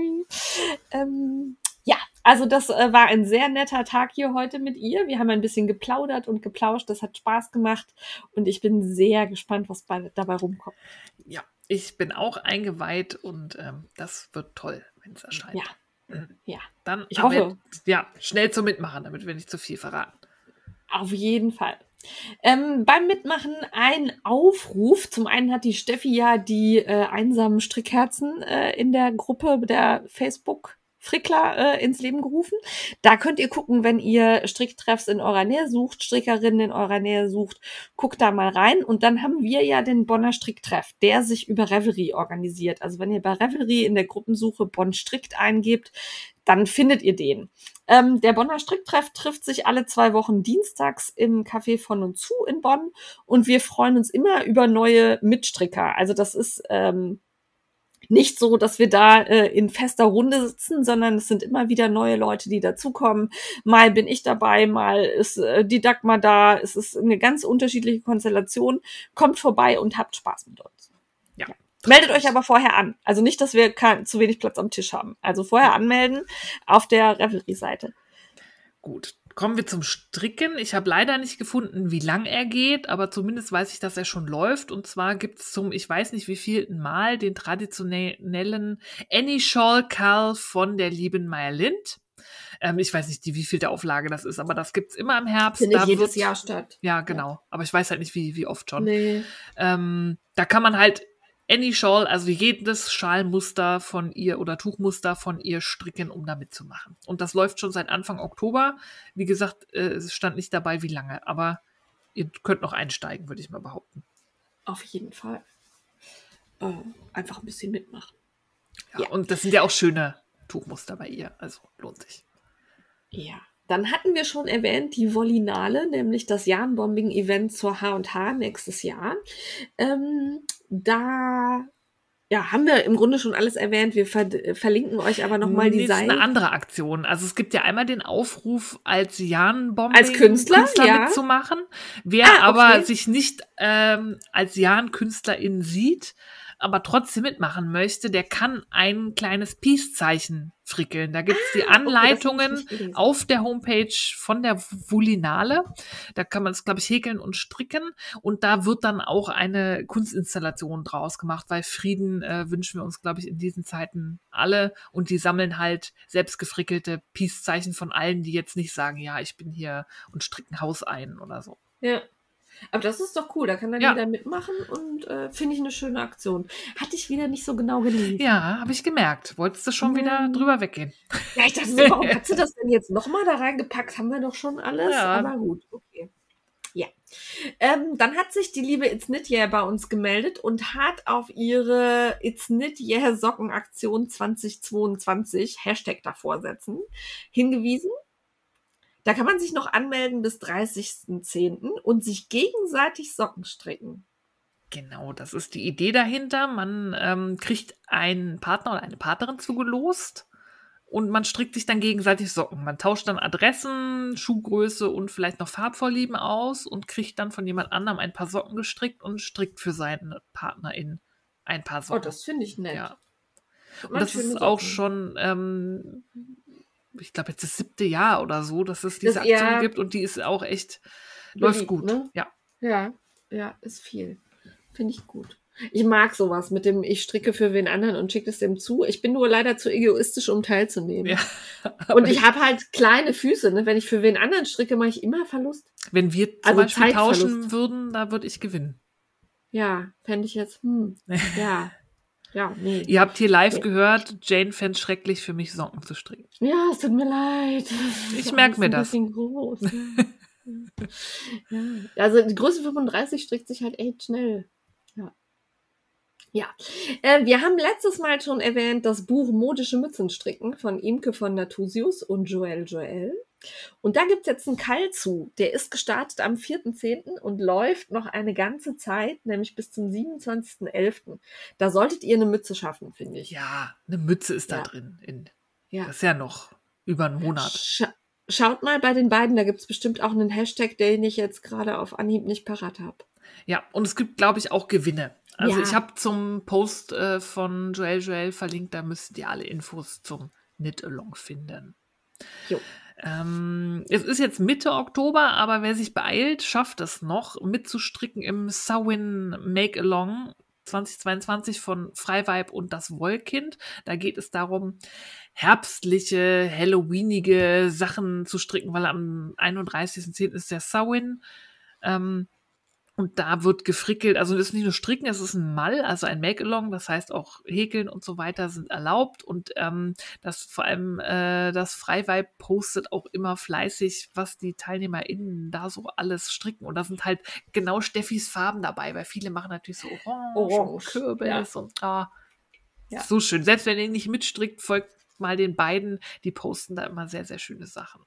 Ähm, ja, also das äh, war ein sehr netter Tag hier heute mit ihr. Wir haben ein bisschen geplaudert und geplauscht. Das hat Spaß gemacht und ich bin sehr gespannt, was bei, dabei rumkommt. Ja, ich bin auch eingeweiht und ähm, das wird toll, wenn es erscheint. Ja, Mhm. ja, Dann Ich aber hoffe. jetzt, ja, schnell zum Mitmachen, damit wir nicht zu viel verraten. auf jeden Fall. Ähm, beim Mitmachen ein Aufruf. Zum einen hat die Steffi ja die äh, einsamen Strickherzen äh, in der Gruppe der Facebook Frickler äh, ins Leben gerufen. Da könnt ihr gucken, wenn ihr Stricktreffs in eurer Nähe sucht, Strickerinnen in eurer Nähe sucht, guckt da mal rein. Und dann haben wir ja den Bonner Stricktreff, der sich über Revelry organisiert. Also wenn ihr bei Revelry in der Gruppensuche Bonn strickt eingebt, dann findet ihr den. Ähm, der Bonner Stricktreff trifft sich alle zwei Wochen dienstags im Café von und zu in Bonn und wir freuen uns immer über neue Mitstricker. Also das ist ähm, nicht so, dass wir da äh, in fester Runde sitzen, sondern es sind immer wieder neue Leute, die dazukommen. Mal bin ich dabei, mal ist äh, die Dagmar da. Es ist eine ganz unterschiedliche Konstellation. Kommt vorbei und habt Spaß mit uns. Ja. Meldet euch aber vorher an. Also nicht, dass wir kein, zu wenig Platz am Tisch haben. Also vorher anmelden auf der Revelry-Seite. Gut, kommen wir zum Stricken. Ich habe leider nicht gefunden, wie lang er geht, aber zumindest weiß ich, dass er schon läuft. Und zwar gibt es zum, ich weiß nicht wievielten Mal, den traditionellen Annie Shawl Cal von der lieben Maya Lind. Ähm, ich weiß nicht, die wievielte Auflage das ist, aber das gibt's immer im Herbst. Findet Da jedes wird- Jahr statt. Ja, genau. Aber ich weiß halt nicht, wie, wie oft schon. Nee. Ähm, da kann man halt Any Shawl, also jedes Schalmuster von ihr oder Tuchmuster von ihr stricken, um da mitzumachen. Und das läuft schon seit Anfang Oktober. Wie gesagt, äh, es stand nicht dabei, wie lange, aber ihr könnt noch einsteigen, würde ich mal behaupten. Auf jeden Fall. Äh, einfach ein bisschen mitmachen. Ja, Ja. Und das sind ja auch schöne Tuchmuster bei ihr, also lohnt sich. Ja. Dann hatten wir schon erwähnt, die Vollinale, nämlich das Jahrenbombing-Event zur H und H nächstes Jahr. Ähm, da ja, haben wir im Grunde schon alles erwähnt. Wir ver verlinken euch aber nochmal die Nee, das ist Seite. eine andere Aktion. Also es gibt ja einmal den Aufruf, als Jan-Bombing Als Künstler, ja. mitzumachen. Wer Ah, okay. aber sich nicht ähm, als Jan-Künstlerin sieht, aber trotzdem mitmachen möchte, der kann ein kleines Peace-Zeichen frickeln. Da gibt es die Ah, okay, das hab ich Anleitungen nicht gelesen. auf der Homepage von der Vulinale. Da kann man es, glaube ich, häkeln und stricken. Und da wird dann auch eine Kunstinstallation draus gemacht, weil Frieden äh, wünschen wir uns, glaube ich, in diesen Zeiten alle. Und die sammeln halt selbst gefrickelte Peace-Zeichen von allen, die jetzt nicht sagen, ja, ich bin hier und stricke ein Haus ein oder so. Ja. Aber das ist doch cool, da kann dann Ja. jeder mitmachen und äh, finde ich eine schöne Aktion. Hatte ich wieder nicht so genau gelesen. Ja, habe ich gemerkt. Wolltest du schon Mhm. wieder drüber weggehen? Ja, ich dachte, so, warum hat sie das denn jetzt nochmal da reingepackt? Haben wir doch schon alles, Ja. aber gut, okay. Ja. Ähm, dann hat sich die liebe It's Knit Yeah bei uns gemeldet und hat auf ihre It's Knit Yeah Sockenaktion zwanzig zweiundzwanzig, Hashtag davor setzen, hingewiesen. Da kann man sich noch anmelden bis dreißigsten zehnten und sich gegenseitig Socken stricken. Genau, das ist die Idee dahinter. Man ähm, kriegt einen Partner oder eine Partnerin zugelost und man strickt sich dann gegenseitig Socken. Man tauscht dann Adressen, Schuhgröße und vielleicht noch Farbvorlieben aus und kriegt dann von jemand anderem ein paar Socken gestrickt und strickt für seine Partnerin ein paar Oh, Socken. das finde ich nett. Ja. Hat Und man das schöne ist auch Socken. schon, ähm, ich glaube, jetzt das siebte Jahr oder so, dass es diese Das- Aktion ja. gibt und die ist auch echt, läuft Beliebt, gut. ne? Ja. Ja, ja, ist viel. Finde ich gut. Ich mag sowas mit dem, ich stricke für wen anderen und schicke es dem zu. Ich bin nur leider zu egoistisch, um teilzunehmen. Ja. Und ich habe halt kleine Füße. Ne? Wenn ich für wen anderen stricke, mache ich immer Verlust. Wenn wir zum Also Beispiel tauschen Zeitverlust. würden, da würde ich gewinnen. Ja, fände ich jetzt, hm, ja, ja, nee. Ihr habt hier live Nee. gehört, Jane fände es schrecklich, für mich Socken zu stricken. Ja, es tut mir leid. Ich ist merk alles mir ein das. bisschen groß. Ja. Also die Größe fünfunddreißig strickt sich halt echt schnell. Ja. Ja. Äh, wir haben letztes Mal schon erwähnt, das Buch Modische Mützen stricken von Imke von Natusius und Joelle Joelle. Und da gibt's jetzt einen Keil zu. Der ist gestartet am vierten zehnten und läuft noch eine ganze Zeit, nämlich bis zum siebenundzwanzigsten elften. Da solltet ihr eine Mütze schaffen, finde ich. Ja, eine Mütze ist da Ja. drin. In, Ja. Das ist ja noch über einen Monat. Scha schaut mal bei den beiden, da gibt's bestimmt auch einen Hashtag, den ich jetzt gerade auf Anhieb nicht parat habe. Ja, und es gibt, glaube ich, auch Gewinne. Also Ja. ich habe zum Post äh, von Joelle Joelle verlinkt, da müsst ihr alle Infos zum Knit-Along finden. Jo. Ähm, es ist jetzt Mitte Oktober, aber wer sich beeilt, schafft es noch, mitzustricken im Samhain Make-Along zweitausendzweiundzwanzig von Freiweib und das Wollkind. Da geht es darum, herbstliche, halloweenige Sachen zu stricken, weil am einunddreißigsten zehnten ist der Samhain. Ähm, Und da wird gefrickelt, also das ist nicht nur Stricken, es ist ein Mall, also ein Make-Along, das heißt auch Häkeln und so weiter sind erlaubt und ähm, das vor allem äh, das Freiweib postet auch immer fleißig, was die TeilnehmerInnen da so alles stricken und da sind halt genau Steffis Farben dabei, weil viele machen natürlich so Orange, Orange, und Kürbis und ah, Ja. so schön. Selbst wenn ihr nicht mitstrickt, folgt mal den beiden, die posten da immer sehr, sehr schöne Sachen.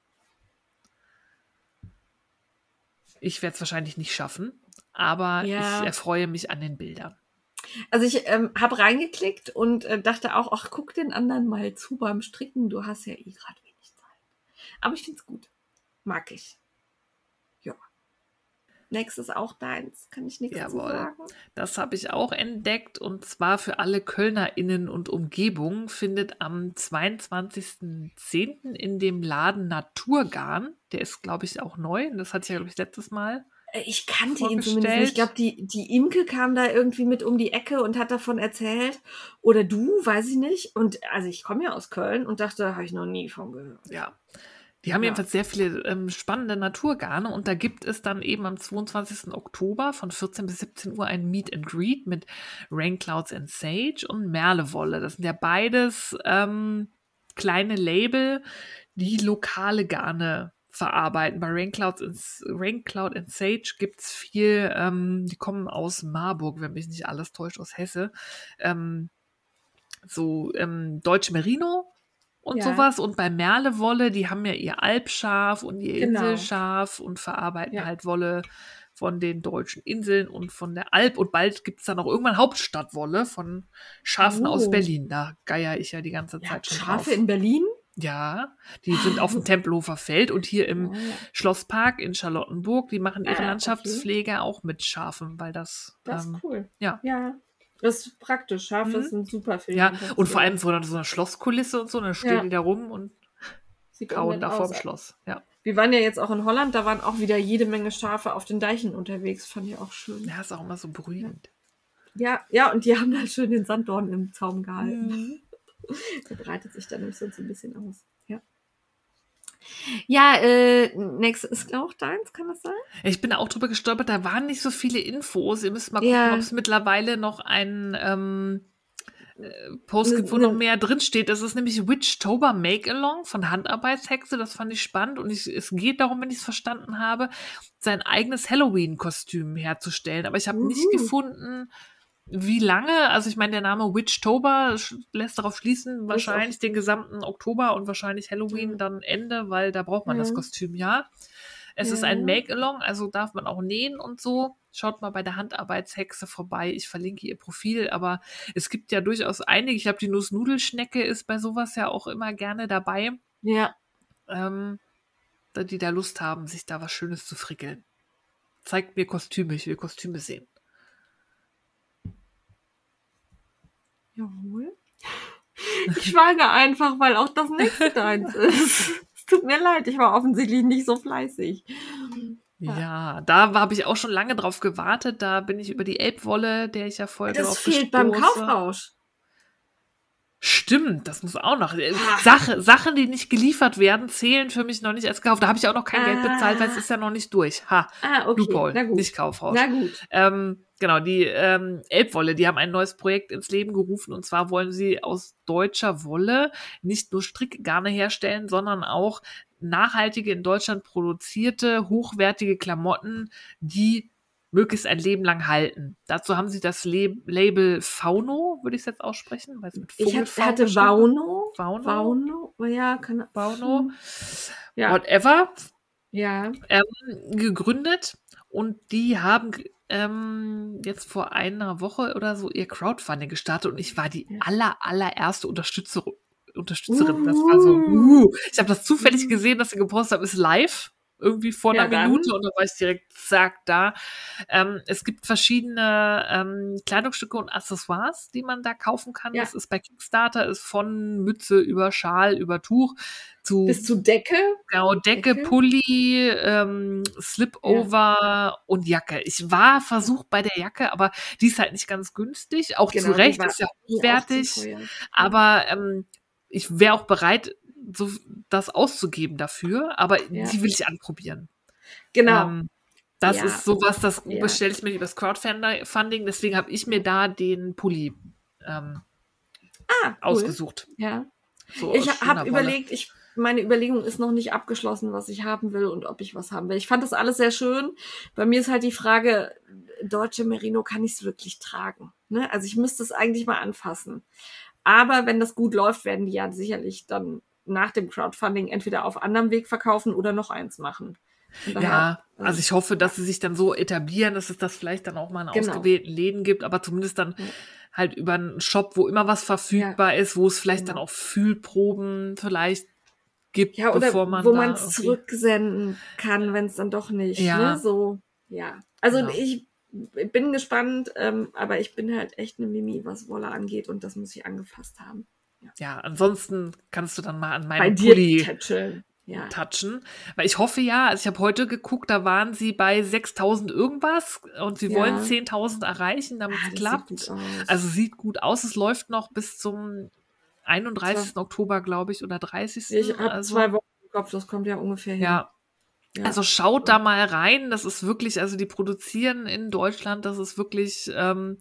Ich werde es wahrscheinlich nicht schaffen, aber Ja. ich erfreue mich an den Bildern. Also ich ähm, habe reingeklickt und äh, dachte auch, ach, guck den anderen mal zu beim Stricken. Du hast ja eh gerade wenig Zeit. Aber ich finde es gut. Mag ich. Ja. Nächstes auch deins. Kann ich nichts zu Jawohl. sagen. Das habe ich auch entdeckt und zwar für alle KölnerInnen und Umgebung findet am zweiundzwanzigsten zehnten in dem Laden Naturgarn, der ist, glaube ich, auch neu, das hatte ich ja, glaube ich, letztes Mal. Äh, Ich kannte ihn Vorgestellt. zumindest nicht. Ich glaube, die, die Imke kam da irgendwie mit um die Ecke und hat davon erzählt. Oder du, weiß ich nicht. Und also ich komme ja aus Köln und dachte, habe ich noch nie von gehört. Ja. Die haben Ja. jedenfalls sehr viele ähm, spannende Naturgarne und da gibt es dann eben am zweiundzwanzigsten Oktober von vierzehn bis siebzehn Uhr ein Meet and Greet mit Rain Clouds and Sage und Merlewolle. Das sind ja beides ähm, kleine Label, die lokale Garne verarbeiten. Bei Rain Clouds and, Rain Cloud and Sage gibt es viel, ähm, die kommen aus Marburg, wenn mich nicht alles täuscht, aus Hesse. Ähm, so ähm, Deutsche Merino und Ja. sowas. Und bei Merlewolle, die haben ja ihr Alpschaf und ihr Genau. Inselschaf und verarbeiten Ja. halt Wolle von den deutschen Inseln und von der Alp. Und bald gibt es dann auch irgendwann Hauptstadtwolle von Schafen Oh. aus Berlin. Da geier ich ja die ganze Ja, Zeit schon Schafe drauf. in Berlin? Ja, die sind auf dem Tempelhofer Feld und hier im Oh, ja. Schlosspark in Charlottenburg. Die machen ihre Ah, Landschaftspflege auch mit Schafen, weil das, Das ähm, ist cool. ja. Ja. Das ist praktisch. Schafe Mhm. sind super für die ja, Landschaftspflege. und vor allem so eine, so eine Schlosskulisse und so, dann stehen Ja. die da rum und Sieht auch kauen nett da aus. vorm Schloss. Ja. Wir waren ja jetzt auch in Holland, da waren auch wieder jede Menge Schafe auf den Deichen unterwegs. Fand ich auch schön. Ja, ist auch immer so beruhigend. Ja, ja, und die haben da schön den Sanddorn im Zaum gehalten. Mhm. Der breitet sich dann nämlich sonst ein bisschen aus. Ja. Ja, äh, nächstes ist auch deins, kann das sein? Ich bin auch drüber gestolpert, da waren nicht so viele Infos. Ihr müsst mal gucken, Ja. ob es mittlerweile noch einen ähm, äh, Post Ne- gibt, wo ne- noch mehr drinsteht. Das ist nämlich Witchtober Make-Along von Handarbeitshexe. Das fand ich spannend. Und ich, es geht darum, wenn ich es verstanden habe, sein eigenes Halloween-Kostüm herzustellen. Aber ich habe nicht Uhu. gefunden, wie lange. Also ich meine, der Name Witchtober sch- lässt darauf schließen, wahrscheinlich den gesamten Oktober und wahrscheinlich Halloween Ja. dann Ende, weil da braucht man das Ja. Kostüm ja. Es ist Ja. ein Make-Along, also darf man auch nähen und so. Schaut mal bei der Handarbeitshexe vorbei. Ich verlinke ihr Profil, aber es gibt ja durchaus einige. Ich glaube, die Nussnudelschnecke ist bei sowas ja auch immer gerne dabei, Ja. ähm, da- die da Lust haben, sich da was Schönes zu frickeln. Zeigt mir Kostüme, ich will Kostüme sehen. Jawohl. Ich schweige einfach, weil auch das nächste deins ist. Es tut mir leid, ich war offensichtlich nicht so fleißig. Ja, Ja. da habe ich auch schon lange drauf gewartet. Da bin ich über die Elbwolle, der ich ja folge, Das drauf fehlt beim gestoßen. Kaufrausch. Stimmt, das muss auch noch. Äh, Ah. Sache, Sachen, die nicht geliefert werden, zählen für mich noch nicht als gekauft. Da habe ich auch noch kein Geld bezahlt, weil es Ah. ist ja noch nicht durch. Ha, Ah, okay. Loophole, Na gut. nicht Kaufrausch. Na gut. Ähm, genau, die ähm, Elbwolle, die haben ein neues Projekt ins Leben gerufen. Und zwar wollen sie aus deutscher Wolle nicht nur Strickgarne herstellen, sondern auch nachhaltige, in Deutschland produzierte, hochwertige Klamotten, die möglichst ein Leben lang halten. Dazu haben sie das Le- Label Fauno, würde ich es jetzt aussprechen, weil es mit Ich hat, Vogelfau hatte geschrieben wird. Vauno. Fauno? Vauno. Ja, kann. Fauno, Hm. Ja. whatever, Ja. ähm, gegründet und die haben ähm, jetzt vor einer Woche oder so ihr Crowdfunding gestartet und ich war die Ja. aller, allererste Unterstützer, Unterstützerin. Das war so, uh, ich habe das zufällig gesehen, dass sie gepostet haben, ist live, irgendwie vor Ja, einer dann. Minute und da war ich direkt, zack, da. Ähm, es gibt verschiedene ähm, Kleidungsstücke und Accessoires, die man da kaufen kann. Ja. Das ist bei Kickstarter, ist von Mütze über Schal, über Tuch zu Bis zu Decke. Genau, Decke, Decke. Pulli, ähm, Slipover und Jacke. Ich war versucht bei der Jacke, aber die ist halt nicht ganz günstig. Auch Genau, zu die Recht, war ist ja mir auch hochwertig. zu teuer. Aber ähm, ich wäre auch bereit, so das auszugeben dafür. Aber Ja. die will ich anprobieren. Genau. Ähm, das Ja. ist sowas, das Ja. bestelle ich mir übers Crowdfunding. Deswegen habe ich mir da den Pulli ähm, Ah, cool. ausgesucht. Ja. So Ich aus schöner habe Wolle. überlegt, ich, meine Überlegung ist noch nicht abgeschlossen, was ich haben will und ob ich was haben will. Ich fand das alles sehr schön. Bei mir ist halt die Frage, deutsche Merino, kann ich es wirklich tragen? Ne? Also ich müsste es eigentlich mal anfassen. Aber wenn das gut läuft, werden die ja sicherlich dann nach dem Crowdfunding entweder auf anderem Weg verkaufen oder noch eins machen. Von daher, Ja, äh, also ich hoffe, dass sie sich dann so etablieren, dass es das vielleicht dann auch mal in Genau. ausgewählten Läden gibt, aber zumindest dann Ja. halt über einen Shop, wo immer was verfügbar ist, wo es vielleicht Genau. dann auch Fühlproben vielleicht gibt, Ja, oder bevor man wo da man es irgendwie- zurücksenden kann, wenn es dann doch nicht. Ja. Ne? So, ja. Also Genau. ich bin gespannt, ähm, aber ich bin halt echt eine Mimi, was Wolle angeht und das muss ich angefasst haben. Ja, ansonsten kannst du dann mal an Bei meinem dir Pulli tätscheln. Ja. touchen, weil ich hoffe ja, also ich habe heute geguckt, da waren sie bei sechstausend irgendwas und sie Ja. wollen zehntausend erreichen, damit Ah, es das klappt. sieht gut aus. Also sieht gut aus, es läuft noch bis zum einunddreißigsten Oktober, glaube ich, oder dreißigsten Ich habe Also, zwei Wochen im Kopf, das kommt ja ungefähr hin. ja, Ja. also schaut da mal rein, das ist wirklich, also die produzieren in Deutschland, das ist wirklich, ähm,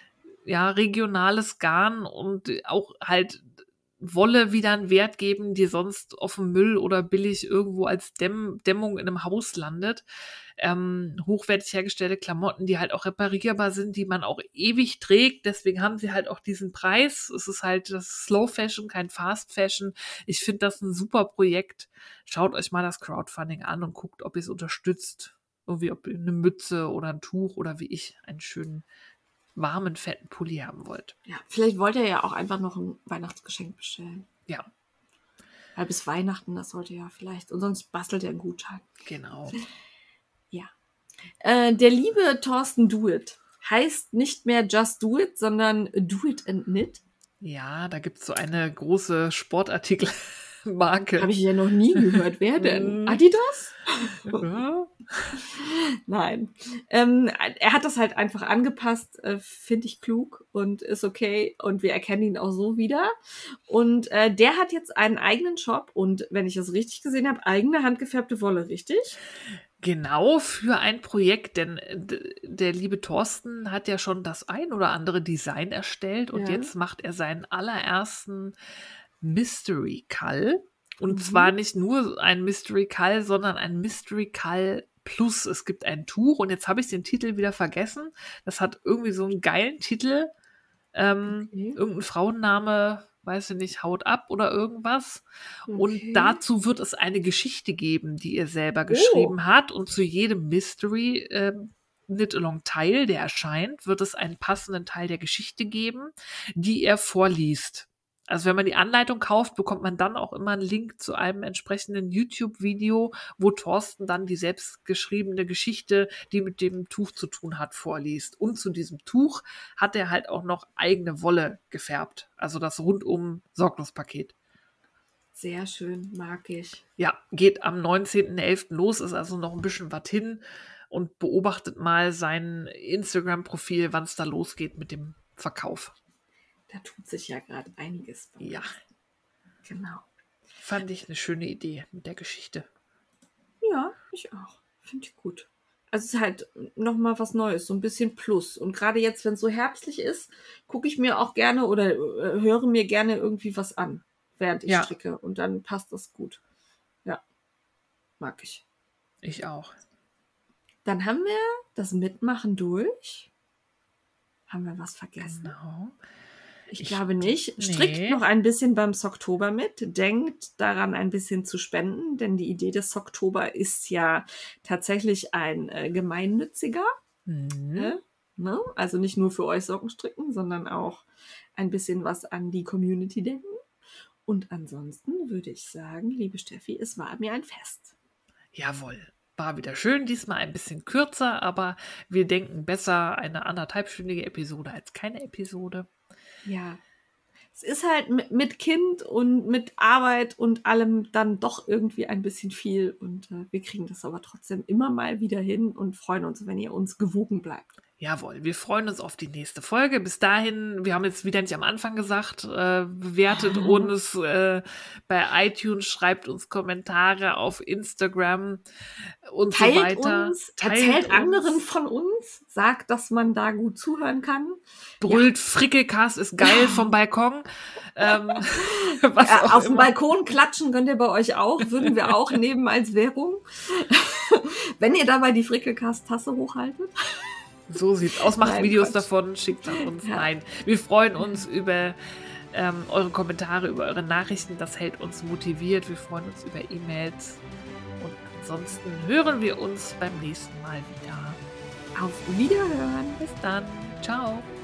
ja, regionales Garn und auch halt Wolle wieder einen Wert geben, die sonst auf dem Müll oder billig irgendwo als Dämm Dämmung in einem Haus landet. Ähm, hochwertig hergestellte Klamotten, die halt auch reparierbar sind, die man auch ewig trägt. Deswegen haben sie halt auch diesen Preis. Es ist halt das Slow Fashion, kein Fast Fashion. Ich finde das ein super Projekt. Schaut euch mal das Crowdfunding an und guckt, ob ihr es unterstützt. Irgendwie, ob ihr eine Mütze oder ein Tuch oder wie ich einen schönen warmen, fetten Pulli haben wollt. Ja, vielleicht wollt ihr ja auch einfach noch ein Weihnachtsgeschenk bestellen. Ja, Weil bis Weihnachten, das sollte ja vielleicht. Und sonst bastelt ihr einen Gutschein. genau. Ja. Äh, der liebe Thorsten Do-It heißt nicht mehr Just Do It, sondern Do It and Knit. Ja, da gibt es so eine große Sportartikel Marke. Habe ich ja noch nie gehört. Wer denn? Hm. Adidas? Ja. Nein. Ähm, er hat das halt einfach angepasst, äh, finde ich klug und ist okay. Und wir erkennen ihn auch so wieder. Und äh, der hat jetzt einen eigenen Shop und, wenn ich das richtig gesehen habe, eigene handgefärbte Wolle, richtig? Genau, für ein Projekt, denn d- der liebe Thorsten hat ja schon das ein oder andere Design erstellt und Ja. jetzt macht er seinen allerersten Mystery Call. Und Mhm. zwar nicht nur ein Mystery Call, sondern ein Mystery Call Plus. Es gibt ein Tuch und jetzt habe ich den Titel wieder vergessen. Das hat irgendwie so einen geilen Titel. Ähm, Okay. Irgendein Frauenname, weiß ich nicht, Haut ab oder irgendwas. Und Okay. dazu wird es eine Geschichte geben, die er selber Oh. geschrieben hat. Und zu jedem Mystery ähm, Knit-Along-Teil, der erscheint, wird es einen passenden Teil der Geschichte geben, die er vorliest. Also wenn man die Anleitung kauft, bekommt man dann auch immer einen Link zu einem entsprechenden YouTube-Video, wo Thorsten dann die selbstgeschriebene Geschichte, die mit dem Tuch zu tun hat, vorliest. Und zu diesem Tuch hat er halt auch noch eigene Wolle gefärbt. Also das rundum Sorglospaket. Sehr schön, mag ich. Ja, geht am neunzehnten elften los, ist also noch ein bisschen was hin und beobachtet mal sein Instagram-Profil, wann es da losgeht mit dem Verkauf. Da tut sich ja gerade einiges. bei Ja, uns. Genau. fand ich eine schöne Idee mit der Geschichte. Ja, ich auch. Finde ich gut. Also es ist halt nochmal was Neues, so ein bisschen Plus. Und gerade jetzt, wenn es so herbstlich ist, gucke ich mir auch gerne oder äh, höre mir gerne irgendwie was an, während ich Ja. stricke. Und dann passt das gut. Ja, mag ich. Ich auch. Dann haben wir das Mitmachen durch. Haben wir was vergessen? Genau. Ich, Ich- glaube nicht. Strickt nee. noch ein bisschen beim Socktober mit. Denkt daran, ein bisschen zu spenden, denn die Idee des Socktober ist ja tatsächlich ein äh, gemeinnütziger. Mhm. Ne? Ne? Also nicht nur für euch Socken stricken, sondern auch ein bisschen was an die Community denken. Und ansonsten würde ich sagen, liebe Steffi, es war mir ein Fest. Jawohl. War wieder schön, diesmal ein bisschen kürzer, aber wir denken besser eine anderthalbstündige Episode als keine Episode. Ja. Es ist halt mit, mit Kind und mit Arbeit und allem dann doch irgendwie ein bisschen viel. Und äh, wir kriegen das aber trotzdem immer mal wieder hin und freuen uns, wenn ihr uns gewogen bleibt. Jawohl, wir freuen uns auf die nächste Folge. Bis dahin, wir haben jetzt wieder nicht am Anfang gesagt, äh, bewertet uns äh, bei iTunes, schreibt uns Kommentare auf Instagram und Teilt so weiter. uns, erzählt anderen von uns, sagt, dass man da gut zuhören kann. Brüllt, Frickelcast ist geil vom Balkon. ähm, was Äh, auch auf dem immer. Balkon klatschen könnt ihr bei euch auch, würden wir auch nehmen als Währung. Wenn ihr dabei die Frickelcast-Tasse hochhaltet. So sieht's aus. Macht Nein, Videos Quatsch. davon, schickt an uns. Ja. Nein, wir freuen uns über ähm, eure Kommentare, über eure Nachrichten. Das hält uns motiviert. Wir freuen uns über E-Mails. Und ansonsten hören wir uns beim nächsten Mal wieder. Auf Wiederhören. Bis dann. Ciao.